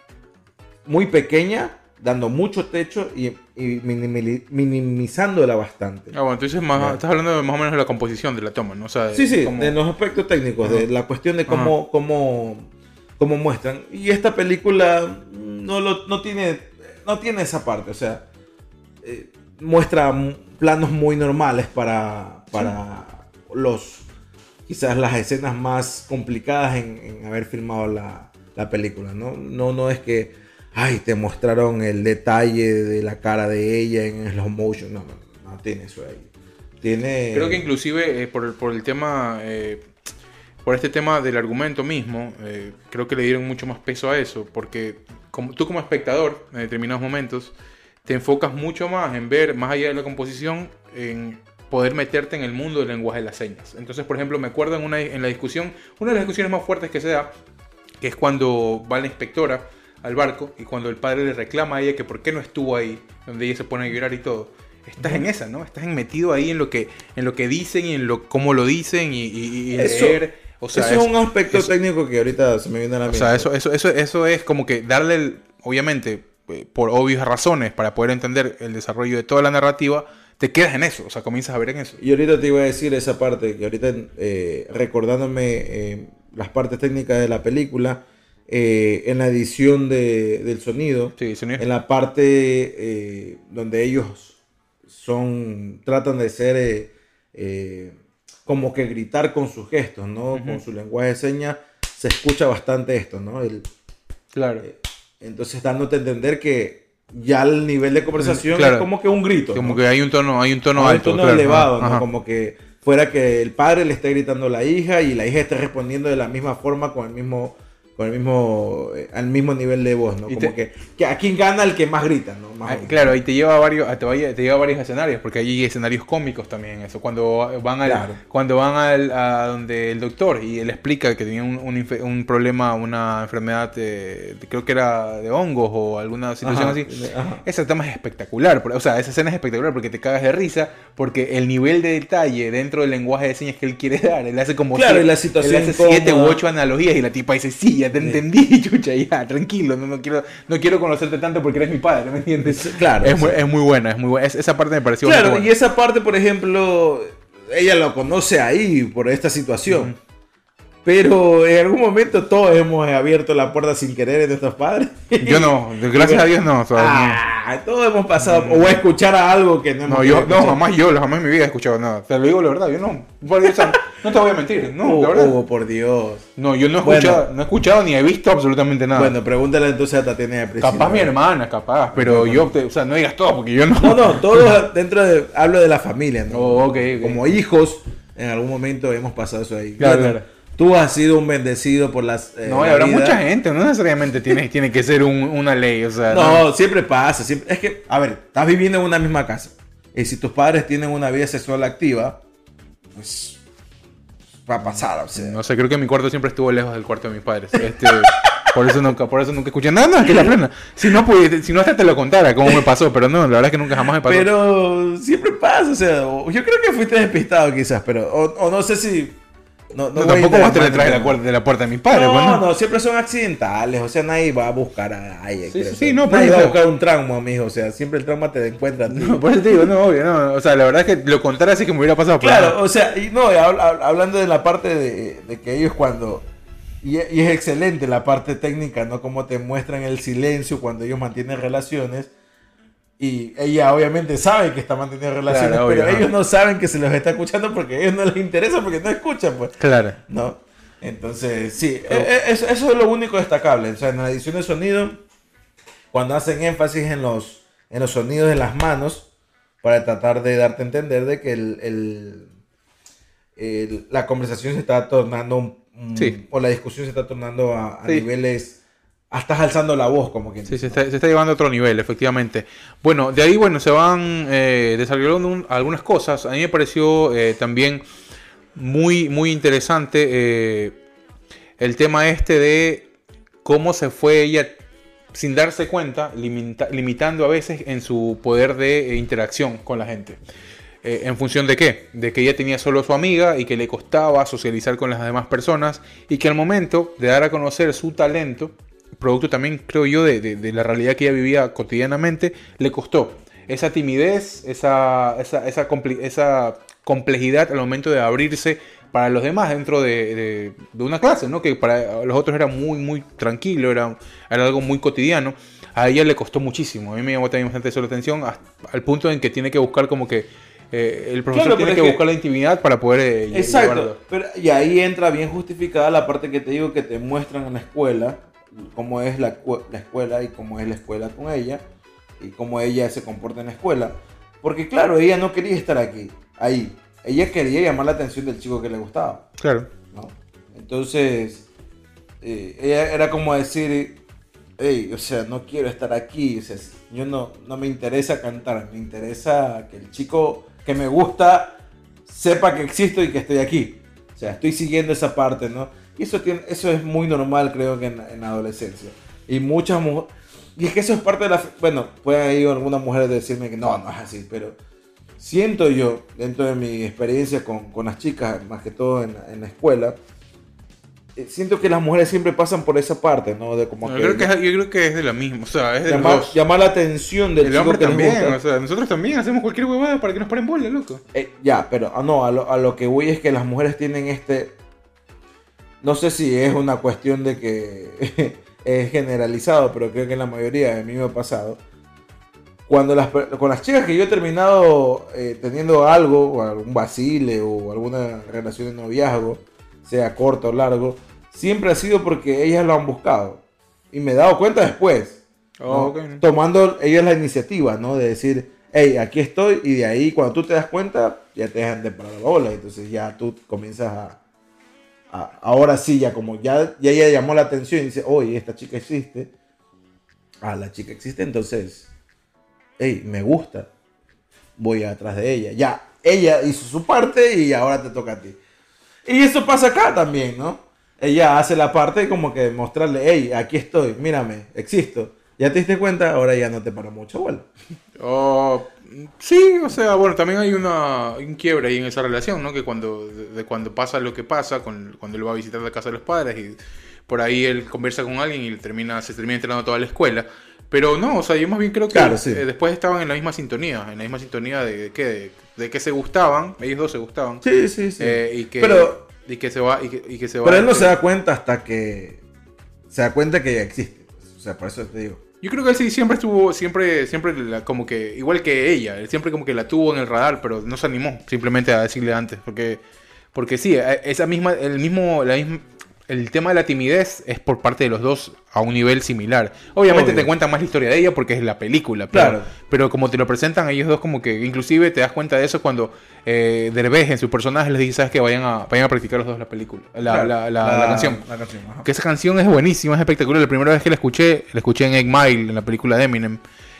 muy pequeña, dando mucho techo y, y minimizándola bastante. Ah, bueno, entonces más, yeah. estás hablando de más o menos de la composición de la toma, ¿no? O sea, de, sí, sí, cómo... de los aspectos técnicos, uh-huh. de la cuestión de cómo, cómo, cómo muestran. Y esta película no, lo, no, tiene, no tiene esa parte, o sea, eh, muestra planos muy normales para, para sí. los, quizás las escenas más complicadas en, en haber filmado la, la película, ¿no? No, no es que ay, te mostraron el detalle de la cara de ella en slow motion. No, no, no tiene eso ahí. Tiene... Creo que inclusive eh, por, por el tema, eh, por este tema del argumento mismo, eh, creo que le dieron mucho más peso a eso, porque como, tú como espectador, en determinados momentos, te enfocas mucho más en ver, más allá de la composición, en poder meterte en el mundo del lenguaje de las señas. Entonces, por ejemplo, me acuerdo en, una, en la discusión, una de las discusiones más fuertes que se da, que es cuando va la inspectora al barco y cuando el padre le reclama a ella que por qué no estuvo ahí, donde ella se pone a llorar y todo. Estás uh-huh. en esa, ¿no? Estás metido ahí en lo que en lo que dicen y en lo cómo lo dicen y, y, y eso, leer. O sea, eso es, es un aspecto eso, técnico que ahorita se me viene a la mente. O sea, eso, eso, eso, eso es como que darle, el, obviamente, por obvias razones, para poder entender el desarrollo de toda la narrativa, te quedas en eso, o sea, comienzas a ver en eso. Y ahorita te iba a decir esa parte, que ahorita eh, recordándome eh, las partes técnicas de la película, Eh, en la edición de, del sonido, sí, sonido, en la parte eh, donde ellos son tratan de ser eh, eh, como que gritar con sus gestos, ¿no? Uh-huh. Con su lenguaje de señas se escucha bastante esto, ¿no? El, claro. Eh, entonces dándote a entender que ya el nivel de conversación claro. es como que un grito, como ¿no? que hay un tono, hay un tono no, alto, un tono claro. elevado, ¿no? Ajá. Como que fuera que el padre le esté gritando a la hija y la hija esté respondiendo de la misma forma con el mismo con el mismo al mismo nivel de voz, ¿no? Como te... que, que a quién gana el que más grita, ¿no? Más ah, claro, y te lleva a varios te, vaya, te lleva a varios escenarios, porque hay escenarios cómicos también, eso cuando van al, claro. cuando van al, a donde el doctor y él explica que tenía un, un, infe, un problema, una enfermedad de, de, creo que era de hongos o alguna situación ajá, así. Ajá. Esa toma es espectacular, o sea, esa escena es espectacular porque te cagas de risa, porque el nivel de detalle dentro del lenguaje de señas que él quiere dar, él hace como claro, siete, y la situación él hace siete u ocho analogías y la tipa dice, sí, ya te sí. entendí, chucha, ya, tranquilo, no, no quiero no quiero conocerte tanto porque eres mi padre, ¿me entiendes? Claro. Es, sí. muy, es muy buena, es muy buena. Es, esa parte me pareció claro, buena. Y esa parte, por ejemplo, ella lo conoce ahí por esta situación. Uh-huh. Pero en algún momento todos hemos abierto la puerta sin querer de nuestros padres. Yo no, gracias a Dios no. Ah, no. Todos hemos pasado, mm. o a escuchar a algo que no hemos No, yo, no, jamás yo, jamás en mi vida he escuchado nada. Te lo digo la verdad, yo no. Por Dios, no te voy a mentir, no, oh, la verdad. Oh, por Dios. No, yo no he escuchado, bueno, no he escuchado ni he visto absolutamente nada. Bueno, pregúntale entonces a Tatiana de Priscila. Capaz mi hermana, capaz, pero no, yo, te, o sea, no digas todo porque yo no. No, no, todos dentro de, hablo de la familia, ¿no? Oh, okay, okay. Como hijos, en algún momento hemos pasado eso ahí. Claro, bueno, claro. Tú has sido un bendecido por las... Eh, no, y habrá vida. Mucha gente, no necesariamente tiene, tiene que ser un, una ley, o sea... No, no, siempre pasa, siempre, es que, a ver, estás viviendo en una misma casa, y si tus padres tienen una vida sexual activa, pues va a pasar, o sea... No sé, creo que mi cuarto siempre estuvo lejos del cuarto de mis padres, este... Por eso nunca, por eso nunca escuché nada, no, es que la plena. Si no, pues, si no hasta te lo contara cómo me pasó, pero no, la verdad es que nunca jamás me pasó. Pero siempre pasa, o sea, yo creo que fuiste despistado quizás, pero, o, o no sé si... No, no, no, voy tampoco a vas a entrar detrás de la, puerta, de la puerta de mis padres. No, pues, no, no, siempre son accidentales, o sea, nadie va a buscar a alguien. Sí, creo, sí, o sea, sí, no, nadie pero va a eso- buscar un trauma, mijo, o sea, siempre el trauma te encuentra a ti. no, por eso te digo, no, obvio, no. O sea, la verdad es que lo contara así que me hubiera pasado. pero Claro, no. o sea, y no, y hab- hab- hablando de la parte de, de que ellos cuando... Y, y es excelente la parte técnica, ¿no? Cómo te muestran el silencio cuando ellos mantienen relaciones. Y ella obviamente sabe que está manteniendo relaciones, Claro, obvio, pero ajá. ellos no saben que se los está escuchando porque a ellos no les interesa, porque no escuchan, pues. Claro. ¿No? Entonces, sí, e- e- eso, eso es lo único destacable. O sea, en la edición de sonido, cuando hacen énfasis en los, en los sonidos de las manos, para tratar de darte a entender de que el, el- el- la conversación se está tornando, un- un- Sí. o la discusión se está tornando a, a Sí. niveles... Ah, estás alzando la voz, como que... Sí, se está, se está llevando a otro nivel, efectivamente. Bueno, de ahí, bueno, se van eh, desarrollando un- algunas cosas. A mí me pareció eh, también muy, muy interesante eh, el tema este de cómo se fue ella, sin darse cuenta, limita- limitando a veces en su poder de eh, interacción con la gente. Eh, ¿En función de qué? De que ella tenía solo su amiga y que le costaba socializar con las demás personas y que al momento de dar a conocer su talento, producto también, creo yo, de, de- de la realidad que ella vivía cotidianamente, le costó esa timidez, esa, esa, esa, compli- esa complejidad al momento de abrirse para los demás dentro de, de- de una clase, ¿no? Que para los otros era muy, muy tranquilo, era, era algo muy cotidiano. A ella le costó muchísimo. A mí me llamó también bastante eso la atención, hasta- al punto en que tiene que buscar como que eh, el profesor Claro, tiene pero que es que- buscar la intimidad para poder eh, lle- Exacto, llevarlo. pero, y ahí entra bien justificada la parte que te digo que te muestran en la escuela, cómo es la, cu- la escuela y cómo es la escuela con ella, y cómo ella se comporta en la escuela. Porque claro, ella no quería estar aquí, ahí. Ella quería llamar la atención del chico que le gustaba, Claro. ¿no? Entonces, eh, ella era como decir, hey, o sea, no quiero estar aquí, o sea, yo no, no me interesa cantar, me interesa que el chico que me gusta sepa que existo y que estoy aquí. O sea, estoy siguiendo esa parte, ¿no? Y eso, tiene, eso es muy normal, creo que en, en la adolescencia. Y muchas mujeres... Y es que eso es parte de la... Bueno, pueden ir algunas mujeres decirme que no, no es así, pero siento yo, dentro de mi experiencia con, con las chicas, más que todo en, en la escuela, eh, siento que las mujeres siempre pasan por esa parte, ¿no? De como No, que yo, creo que es, yo creo que es de la misma, o sea, es de los llamar, dos. llamar la atención del El chico hombre que les también, gusta. o sea, nosotros también hacemos cualquier huevada para que nos paren bola, loco. Eh, ya, pero ah, no, a lo, a lo que voy es que las mujeres tienen este... No sé si es una cuestión de que es generalizado, pero creo que en la mayoría, a mí me ha pasado. Cuando las, per- con las chicas que yo he terminado eh, teniendo algo, o algún vacile, o alguna relación de noviazgo, sea corto o largo, siempre ha sido porque ellas lo han buscado. Y me he dado cuenta después, ¿no? Oh, ok. Tomando ellas la iniciativa, ¿no? De decir, hey, aquí estoy, y de ahí cuando tú te das cuenta, ya te dejan de parar la bola, entonces ya tú comienzas a, a- ahora sí, ya como ya, ya ella llamó la atención y dice, oye, esta chica existe, ah, la chica existe, entonces, hey, me gusta, voy atrás de ella, ya, ella hizo su parte y ahora te toca a ti. Y eso pasa acá también, ¿no? Ella hace la parte como que mostrarle, hey, aquí estoy, mírame, existo. ¿Ya te diste cuenta? Ahora ya no te para mucho bola. Oh, sí, o sea, bueno, también hay una un quiebre ahí en esa relación, ¿no? Que cuando de, de cuando pasa lo que pasa, con, cuando él va a visitar la casa de los padres y por ahí él conversa con alguien y termina, se termina enterando toda la escuela. Pero no, o sea, yo más bien creo que Claro, sí. eh, después estaban en la misma sintonía, en la misma sintonía de, de que de, de que se gustaban, ellos dos se gustaban. Sí, sí, sí. Eh, y que pero, y que se va y que, y que se va pero él no que- se da cuenta hasta que se da cuenta que ya existe. O sea, por eso te digo. Yo creo que él sí siempre estuvo, siempre, siempre la- como que, igual que ella, él siempre como que la tuvo en el radar, pero no se animó simplemente a decirle antes, porque, porque sí, esa misma, el mismo, la misma, el tema de la timidez es por parte de los dos a un nivel similar. Obviamente Obvio. te cuentan más la historia de ella porque es la película, pero, Claro. pero como te lo presentan ellos dos como que, inclusive te das cuenta de eso cuando eh, Derbez en su personaje les dice, sabes que vayan a, vayan a practicar los dos la película, la, Claro, la, la, la canción. La canción, ajá. Que esa canción es buenísima, es espectacular. La primera vez que la escuché, la escuché en Eight Mile, en la película de Eminem.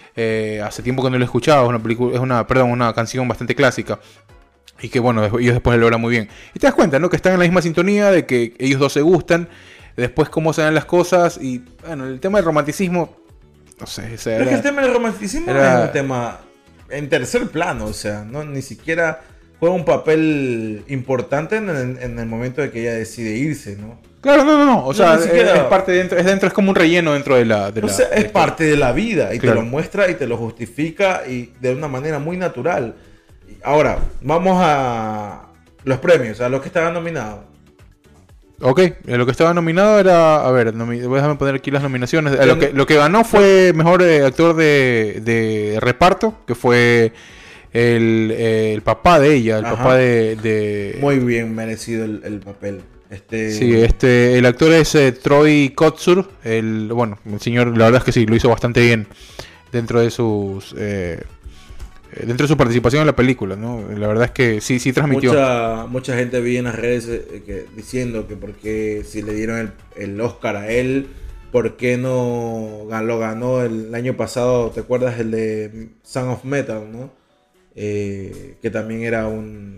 Eh, hace tiempo que no la he escuchado, es una película, es una, perdón, una canción bastante clásica. Y que bueno, ellos después lo logran muy bien. Y te das cuenta, ¿no? Que están en la misma sintonía, de que ellos dos se gustan. después cómo se dan las cosas y bueno, el tema del romanticismo, no sé, o sea, Pero era, es que el tema del romanticismo era- es un tema en tercer plano, o sea, no ni siquiera juega un papel importante en el, en el momento de que ella decide irse, ¿no? Claro, no, no, no, o sea, ni es, siquiera- es parte dentro, es dentro, es como un relleno dentro de la... De O la sea, de es la- parte de la vida y Claro. te lo muestra y te lo justifica y de una manera muy natural. Ahora, vamos a los premios, a los que estaban nominados. Ok, eh, lo que estaba nominado era, a ver, nomi- déjame poner aquí las nominaciones. Eh, lo, que, lo que ganó fue mejor eh, actor de, de reparto, que fue el, eh, el papá de ella, el Ajá. papá de... de- Muy bien merecido el, el papel. Este, Sí, este, el actor es eh, Troy Kotsur, el, bueno, el señor, la verdad es que sí, lo hizo bastante bien dentro de sus, eh, eh, dentro de su participación en la película, ¿no? La verdad es que sí, sí transmitió. Mucha, mucha gente vi en las redes eh, que, diciendo que porque si le dieron el, el Oscar a él, ¿por qué no gan- lo ganó el año pasado? ¿Te acuerdas el de Son of Metal, no? Eh, que también era un,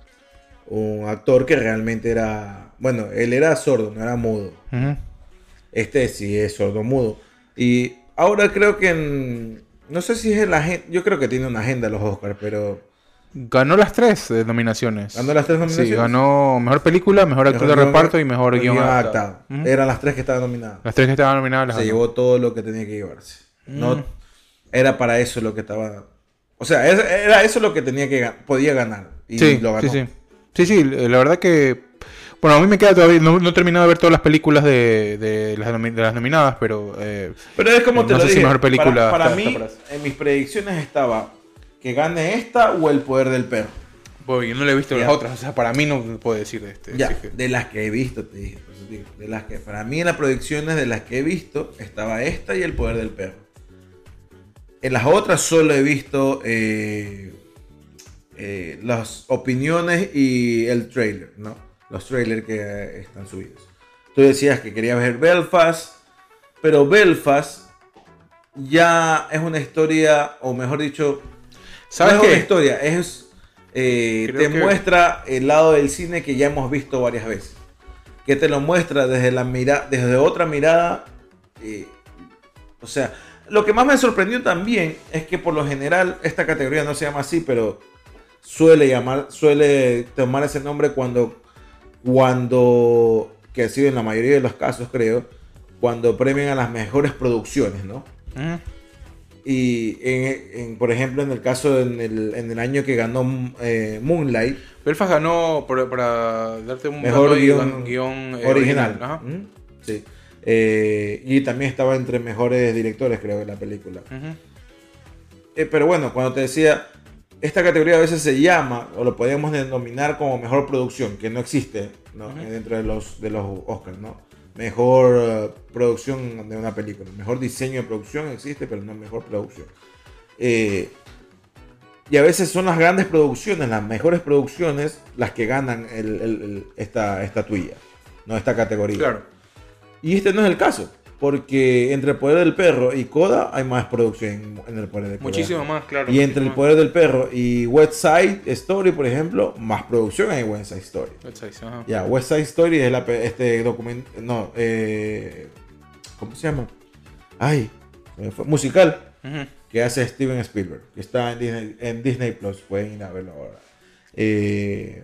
un actor que realmente era... Bueno, él era sordo, no era mudo. Ujú. Este sí es sordo mudo. Y ahora creo que en... No sé si es la agenda... Yo creo que tiene una agenda los Oscars, pero... Ganó las tres eh, nominaciones. ¿Ganó las tres nominaciones? Sí, ganó mejor película, mejor actor de Mejor reparto y mejor guion guion adaptado. Ujú. Eran las tres que estaban nominadas. Las tres que estaban nominadas las Se ganó. llevó todo lo que tenía que llevarse. Mm. No era para eso lo que estaba. O sea, es- era eso lo que tenía que ga- podía ganar. Y Sí, lo ganó. sí, sí. Sí, sí, la verdad que... Bueno, a mí me queda todavía... No, no he terminado de ver todas las películas de, de, las, nomi- de las nominadas, pero... eh, Pero es como No te lo sé si dije. mejor película para para está- mí, está para eso. en mis predicciones estaba que gane esta o El Poder del Perro. bueno, yo no le he visto Ya. las otras, o sea, para mí no puedo decir este. Ya, así que- de las que he visto, te dije. por eso te digo, de las que, para mí en las predicciones de las que he visto estaba esta y El Poder del Perro. En las otras solo he visto eh, eh, las opiniones y el trailer, ¿no? Los trailers que eh, están subidos. Tú decías que querías ver Belfast, pero Belfast ya es una historia, o mejor dicho, ¿Sabes no es qué? una historia, es eh, Creo te que- muestra el lado del cine que ya hemos visto varias veces. Que te lo muestra desde la mira, desde otra mirada. eh, o sea, lo que más me sorprendió también es que por lo general esta categoría no se llama así, pero suele llamar, suele tomar ese nombre cuando, cuando, que ha sido en la mayoría de los casos creo, cuando premian a las mejores producciones, ¿no? Ujú. Y en, en, por ejemplo, en el caso en el, en el año que ganó eh, Moonlight, Belfast ganó, por- para darte un mejor dato ahí, guión, ganó guión, eh, original. Ajá. ¿Mm? Sí. Eh, y también estaba entre mejores directores, creo, de la película. Ujú. Eh, pero bueno, cuando te decía, esta categoría a veces se llama, o lo podemos denominar como mejor producción, que no existe, ¿no? Ujú. Dentro de los, de los Oscars, ¿no? Mejor eh, producción de una película. Mejor diseño de producción existe, pero no mejor producción. Eh, y a veces son las grandes producciones, las mejores producciones, las que ganan el, el- el- esta estatuilla, no esta categoría. Claro. Y este no es el caso, porque entre El Poder del Perro y Coda hay más producción en, en El Poder del Perro. Muchísimo más, claro. Y entre El muchísimo Poder del Perro y West Side Story, por ejemplo, más producción hay en West Side Story. más. West Side, ajá. Ya, West Side Story es la, pe- este documento, no, eh, ¿cómo se llama? Ay, se me fue. Musical Ujú. que hace Steven Spielberg, que está en Disney, en Disney Plus, pueden ir a verlo ahora. Eh,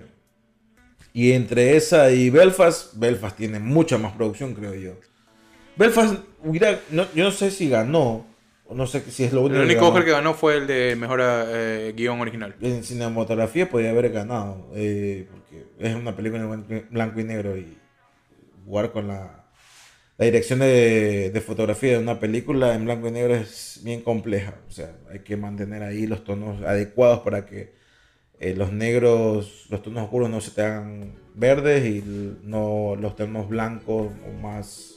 y entre esa y Belfast, Belfast tiene mucha más producción, creo yo. Belfast, hubiera, no, yo no sé si ganó, o no sé si es lo único El único que Oscar ganó. que ganó fue el de mejor eh, guión original. En cinematografía podría haber ganado, eh, porque es una película en blanco y negro y jugar con la, la dirección de, de fotografía de una película en blanco y negro es bien compleja. O sea, hay que mantener ahí los tonos adecuados para que eh, los negros, los tonos oscuros no se te hagan verdes y no los tonos blancos o más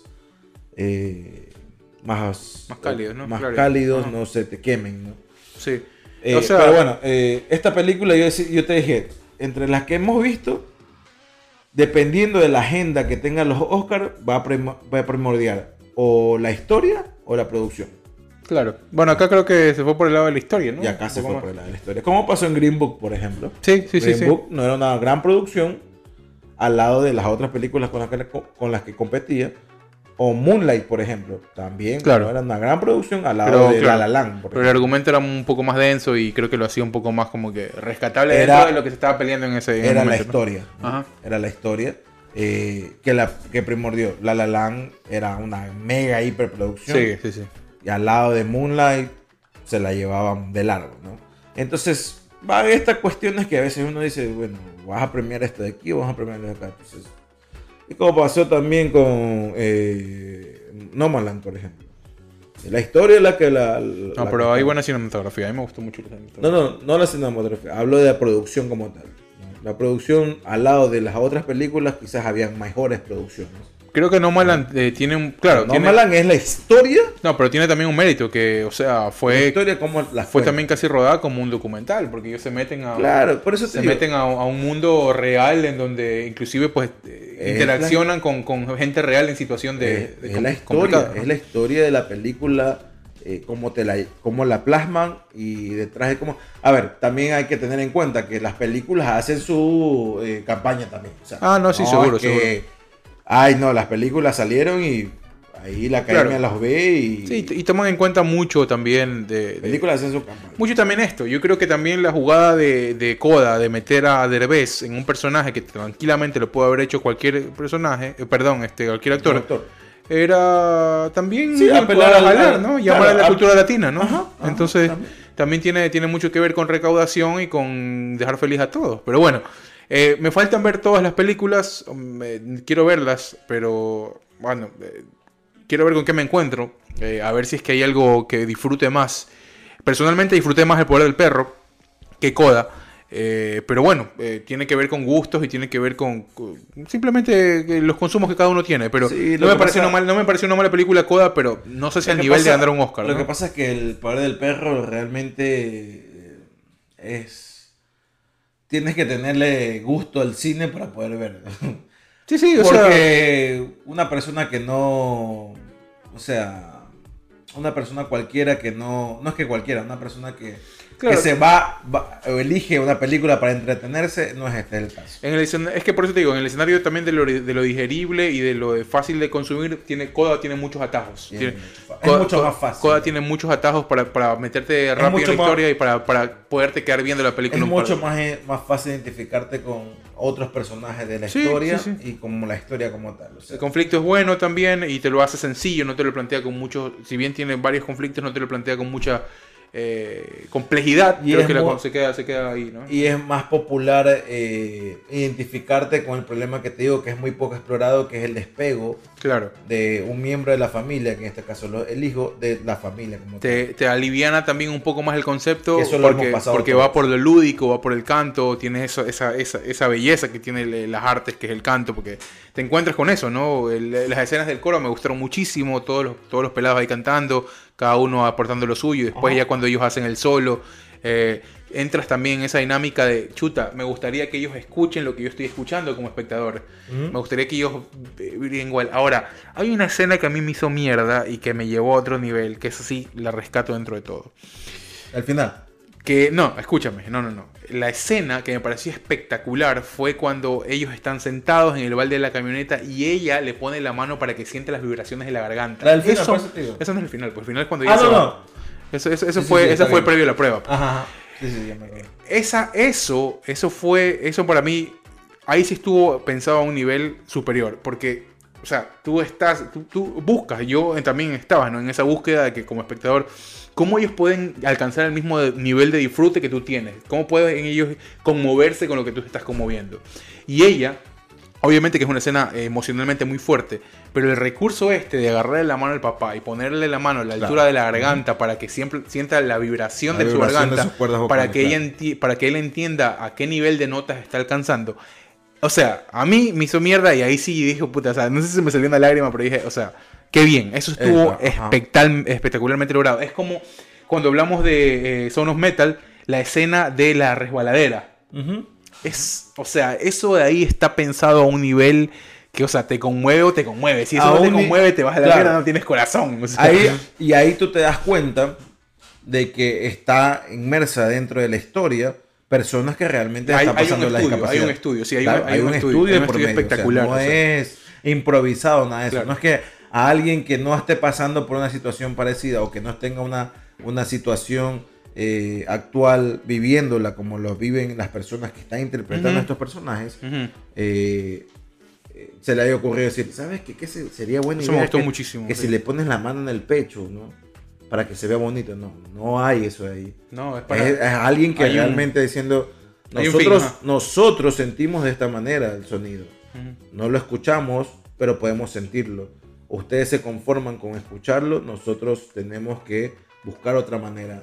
eh, más, Más cálidos, ¿no? más Claro. cálidos Ajá. no se te quemen, ¿no? Sí. Eh, o sea, pero bueno, eh, esta película yo, dec- yo te dije, entre las que hemos visto, dependiendo de la agenda que tengan los Oscars, va a, primo- va a primordiar o la historia o la producción. claro. Bueno, acá creo que se fue por el lado de la historia, ¿no? Y acá Un se poco fue más. por el lado de la historia. Como pasó en Green Book, por ejemplo. Sí, sí, sí. Green sí. Book no era una gran producción, al lado de las otras películas con las que, con las que competía. O Moonlight, por ejemplo, también claro. era una gran producción al lado pero, de claro, La La Land. Por pero el argumento era un poco más denso y creo que lo hacía un poco más como que rescatable era, dentro de lo que se estaba peleando en ese en Era momento, la ¿no? historia. Ajá. Era la historia eh, que, la, que primordió. La La Land era una mega hiperproducción. Sí, sí, sí. Y al lado de Moonlight se la llevaban de largo, ¿no? Entonces, van estas cuestiones que a veces uno dice, bueno, vas a premiar esto de aquí o vas a premiar esto de acá. Entonces, y como pasó también con eh, Nomadland, por ejemplo. La historia es la que la... la no, pero hay buena cinematografía. A mí me gustó mucho la cinematografía. No, no, no la cinematografía. Hablo de la producción como tal. La producción al lado de las otras películas quizás habían mejores producciones. Creo que Nomadland eh, tiene un... Claro, no, tiene... Nomadland es la historia. No, pero tiene también un mérito que, o sea, fue... La historia como la fue también casi rodada como un documental, porque ellos se meten a... Claro, por eso te se digo. meten a, a un mundo real en donde inclusive pues eh, interaccionan la, con, con gente real en situación de... Es, de es la historia, ¿no? Es la historia de la película, eh, cómo, te la, cómo la plasman y detrás de cómo... A ver, también hay que tener en cuenta que las películas hacen su eh, campaña también. O sea, ah, no, sí, no seguro, es que, seguro. Ay, no, las películas salieron y ahí la academia claro. las ve y... Sí, y toman en cuenta mucho también de... de películas hacen su campaña. Mucho también esto. Yo creo que también la jugada de, de Koda, de meter a Derbez en un personaje que tranquilamente lo puede haber hecho cualquier personaje, eh, perdón, este cualquier actor, actor. era también sí, apelar a al, jalar, ¿no? Llamar claro, a la a, cultura latina, ¿no? Ajá, ajá, Entonces, también, también tiene, tiene mucho que ver con recaudación y con dejar feliz a todos. Pero bueno, eh, me faltan ver todas las películas, eh, quiero verlas, pero bueno, eh, quiero ver con qué me encuentro, eh, a ver si es que hay algo que disfrute más. Personalmente disfruté más El Poder del Perro que Koda, eh, pero bueno, eh, tiene que ver con gustos y tiene que ver con, con simplemente los consumos que cada uno tiene. Pero sí, no, me pareció pasa, una mal, no me pareció una mala película Koda, pero no sé si al nivel pasa, de ganar un Oscar. Lo ¿no? que pasa es que El Poder del Perro realmente es... Tienes que tenerle gusto al cine para poder verlo. Sí, sí, o Porque sea... una persona que no... O sea... Una persona cualquiera que no... No es que cualquiera, una persona que... Claro. Que se va, va o elige una película para entretenerse, no es este el caso. En el es que por eso te digo, en el escenario también de lo, de lo digerible y de lo fácil de consumir, tiene Koda tiene muchos atajos. Tiene Tiene, mucho, Koda, es mucho más fácil. Koda tiene muchos atajos para, para meterte rápido en la historia más, y para, para poderte quedar viendo la película. Es mucho más, más fácil identificarte con otros personajes de la sí, historia sí, sí. y como la historia como tal. O sea, el conflicto es bueno también y te lo hace sencillo, no te lo plantea con mucho, si bien tiene varios conflictos, no te lo plantea con mucha... Eh, complejidad, y creo que muy, la, se, queda, se queda ahí, ¿no? Y es más popular eh, identificarte con el problema que te digo que es muy poco explorado, que es el despego claro. de un miembro de la familia, que en este caso el hijo de la familia. Como te, te aliviana también un poco más el concepto, eso porque, lo porque va por lo lúdico, va por el canto, tienes eso, esa, esa, esa belleza que tiene las artes, que es el canto, porque te encuentras con eso, ¿no? El, las escenas del coro me gustaron muchísimo, todos los, todos los pelados ahí cantando, cada uno aportando lo suyo, y después Ajá. ya cuando ellos hacen el solo, eh, entras también en esa dinámica de, chuta, me gustaría que ellos escuchen lo que yo estoy escuchando como espectador, uh-huh. me gustaría que ellos vivirían igual. Ahora, hay una escena que a mí me hizo mierda y que me llevó a otro nivel, que eso sí, la rescato dentro de todo. Al final. Que, no, escúchame, no, no, no. La escena que me pareció espectacular fue cuando ellos están sentados en el balde de la camioneta y ella le pone la mano para que siente las vibraciones de la garganta. La del final, eso, eso, eso no es el final, pues el final es cuando ah, ella no, se no. va. Eso, eso, eso sí, fue, sí, sí, eso fue bien. previo a la prueba. Pues. Ajá. Sí, sí, ya me acuerdo. Esa, eso, eso fue, eso para mí, ahí sí estuvo pensado a un nivel superior, porque, o sea, tú estás, tú, tú buscas, yo también estaba, ¿no? En esa búsqueda de que como espectador, ¿cómo ellos pueden alcanzar el mismo nivel de disfrute que tú tienes? ¿Cómo pueden ellos conmoverse con lo que tú estás conmoviendo? Y ella, obviamente que es una escena emocionalmente muy fuerte, pero el recurso este de agarrarle la mano al papá y ponerle la mano a la altura claro. de la garganta uh-huh. para que siempre sienta la vibración la de vibración su garganta, de vocales, para, que claro. ella enti- para que él entienda a qué nivel de notas está alcanzando. O sea, a mí me hizo mierda y ahí sí dije, puta, o sea, no sé si se me salió una lágrima, pero dije, o sea... Qué bien, eso estuvo eh, espectal, espectacularmente logrado. Es como cuando hablamos de eh, Sound of Metal, la escena de la resbaladera. Uh-huh. Es, o sea, eso de ahí está pensado a un nivel que, o sea, te conmueve o te conmueve. Si eso a no te conmueve, te vas a la claro. mierda, no tienes corazón. O sea, ahí, y ahí tú te das cuenta de que está inmersa dentro de la historia, personas que realmente Hay, están hay pasando un la estudio, discapacidad. hay un estudio, sí, hay, Claro, un, hay un estudio, hay un por estudio medio, espectacular. o sea, no o sea. es improvisado nada de eso. Claro. No es que a alguien que no esté pasando por una situación parecida o que no tenga una, una situación eh, actual viviéndola como lo viven las personas que están interpretando Uh-huh. a estos personajes, Uh-huh. eh, eh, se le haya ocurrido decir, ¿sabes qué? qué se- sería buena Eso me idea gustó que, muchísimo, que sí. si le pones la mano en el pecho, ¿no? Para que se vea bonito. No, no hay eso ahí. No, es para... Es, es alguien que hay un- realmente diciendo, hay un nosotros, fin, ajá. nosotros sentimos de esta manera el sonido. Ujú. No lo escuchamos, pero podemos sentirlo. Ustedes se conforman con escucharlo, nosotros tenemos que buscar otra manera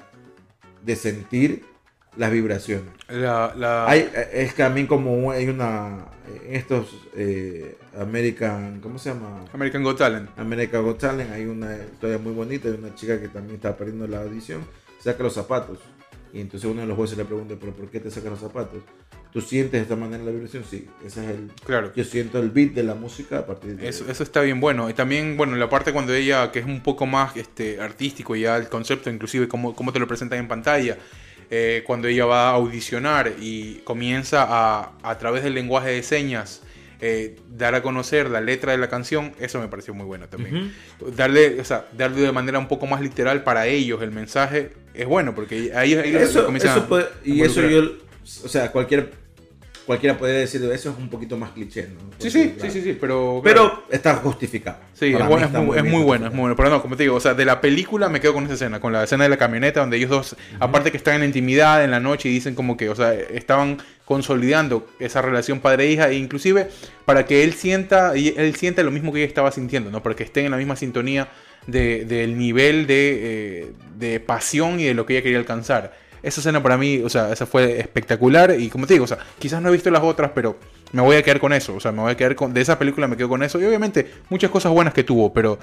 de sentir las vibraciones. La, la... Hay, es también como hay una, en estos eh, American, ¿cómo se llama? American Got Talent. American Got Talent, hay una historia muy bonita de una chica que también está perdiendo la audición, saca los zapatos. Y entonces uno de los jueces le pregunta, ¿pero por qué te sacas los zapatos? ¿Tú sientes de esta manera la vibración? Sí, ese es el... Claro. Yo siento el beat de la música a partir de... Eso, eso está bien bueno. Y también, bueno, la parte cuando ella, que es un poco más este, artístico, ya el concepto, inclusive cómo, cómo te lo presentan en pantalla, eh, cuando ella va a audicionar y comienza a, a través del lenguaje de señas, eh, dar a conocer la letra de la canción, eso me pareció muy bueno también. Uh-huh. Darle, o sea, darle de manera un poco más literal para ellos el mensaje es bueno, porque a ellos, ellos eso, comienzan eso puede, a y eso involucrar. yo, o sea, cualquier cualquiera podría decir eso es un poquito más cliché, ¿no? Porque, Sí, sí, claro, sí, sí, sí, pero... pero claro. está justificado. Sí, Para es, mí bueno, está es, muy, es bien muy bueno, es justificado. muy bueno. Pero no, como te digo, o sea, de la película me quedo con esa escena, con la escena de la camioneta, donde ellos dos, uh-huh. aparte que están en la intimidad en la noche y dicen como que, o sea, estaban consolidando esa relación padre-hija, e inclusive para que él sienta, y él sienta lo mismo que ella estaba sintiendo, ¿no? Para que estén en la misma sintonía de, del nivel de, eh, de pasión y de lo que ella quería alcanzar. Esa escena para mí, o sea, esa fue espectacular y como te digo, o sea, quizás no he visto las otras, pero me voy a quedar con eso, o sea, me voy a quedar con, de esa película me quedo con eso y obviamente muchas cosas buenas que tuvo, pero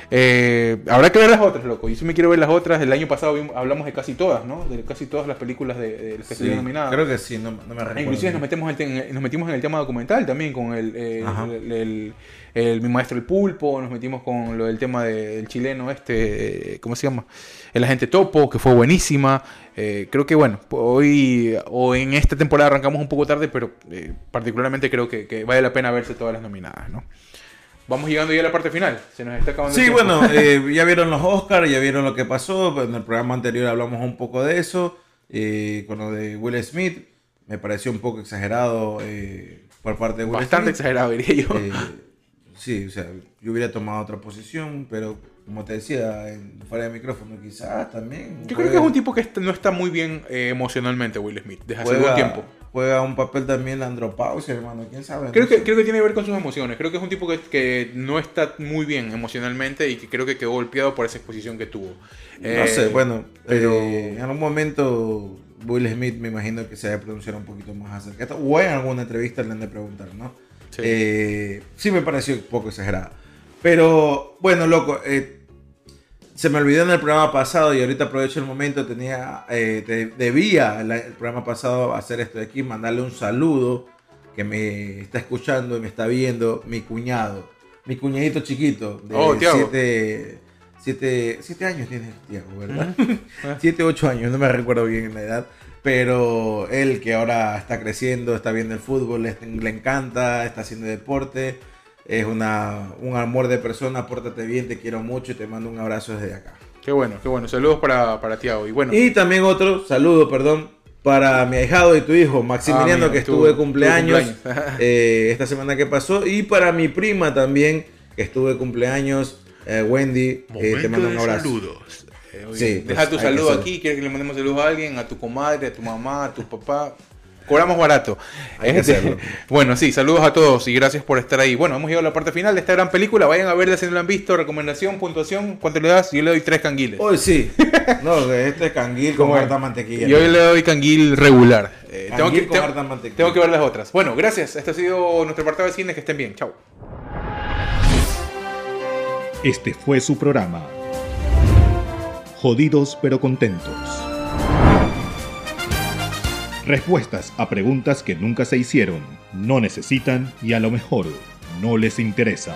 eh, habrá que ver las otras, loco, y si me quiero ver las otras, el año pasado vimos, hablamos de casi todas, ¿no? De casi todas las películas de, de las que Sí, estuvieron nominadas. creo que sí, no, no me recuerdo. Inclusive nos, metemos en el, nos metimos en el tema documental también con el, el, el, el, el Mi Maestro el Pulpo, nos metimos con lo del tema de, del chileno este, ¿cómo se llama? El Agente Topo, que fue buenísima. Eh, creo que bueno, hoy o en esta temporada arrancamos un poco tarde, pero eh, particularmente creo que, que vale la pena verse todas las nominadas, ¿no? Vamos llegando ya a la parte final. Se nos está acabando Sí, el tiempo. bueno, eh, ya vieron los Oscars, ya vieron lo que pasó. En el programa anterior hablamos un poco de eso. Eh, con lo de Will Smith, me pareció un poco exagerado eh, por parte de Will Bastante Smith. exagerado, diría yo. Eh, sí, o sea, yo hubiera tomado otra posición, pero como te decía, en, fuera de micrófono, quizás también. Yo creo que es un tipo que no está muy bien eh, emocionalmente, Will Smith, desde hace juega, algún tiempo. Juega un papel también la andropausia, hermano, quién sabe. Creo no que, sé. creo que tiene que ver con sus emociones. Creo que es un tipo que, que no está muy bien emocionalmente y que creo que quedó golpeado por esa exposición que tuvo. No Eh, sé, bueno, pero- pero en algún momento Will Smith me imagino que se va a pronunciar un poquito más acerca de esto, o en alguna entrevista le han de preguntar, ¿no? Sí. Eh, sí me pareció un poco exagerado. Pero, bueno, loco, eh, se me olvidó en el programa pasado y ahorita aprovecho el momento, tenía, eh, te- debía la- el programa pasado hacer esto de aquí, mandarle un saludo que me está escuchando y me está viendo mi cuñado, mi cuñadito chiquito de Oh, Tiago. siete, siete, siete años tiene Tiago, ¿verdad? siete, ocho años, no me recuerdo bien la edad. Pero él que ahora está creciendo, está viendo el fútbol, le, le encanta, está haciendo deporte, es una, un amor de persona, pórtate bien, te quiero mucho y te mando un abrazo desde acá. Qué bueno, qué bueno. Saludos para, para Tiago. Y bueno, Y también otro saludo, perdón, para mi ahijado y tu hijo, Maximiliano, Ah, mira, que estuvo- estuvo de cumpleaños, estuvo de cumpleaños. eh, esta semana que pasó. Y para mi prima también, que estuvo de cumpleaños, eh, Wendy, eh, te mando un abrazo. saludos. eh, oye, sí, deja pues, tu hay que saludo hacerlo. aquí. ¿Quieres que le mandemos saludos a alguien? A tu comadre, a tu mamá, a tu papá. Cobramos barato. Hay que Este, hacerlo. bueno, sí, saludos a todos y gracias por estar ahí. Bueno, hemos llegado a la parte final de esta gran película. Vayan a verla si no la han visto. Recomendación, puntuación. ¿Cuánto le das? Yo le doy tres canguiles. Hoy sí, no, este es canguil con Como- harta mantequilla. Yo le doy canguil regular. Eh, tengo, Canguil que, con tengo- harta mantequilla. tengo que ver las otras. Bueno, gracias. Este ha sido nuestro apartado de cine. Que estén bien. Chao. Este fue su programa. Jodidos pero contentos. Respuestas a preguntas que nunca se hicieron, no necesitan y a lo mejor no les interesa.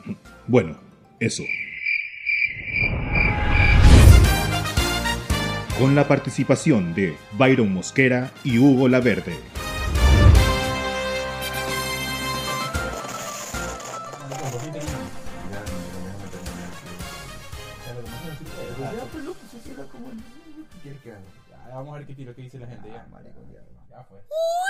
Bueno, eso. con la participación de Byron Mosquera y Hugo Laverde. Vamos a ver qué tiro que dice la gente ya. Ya fue.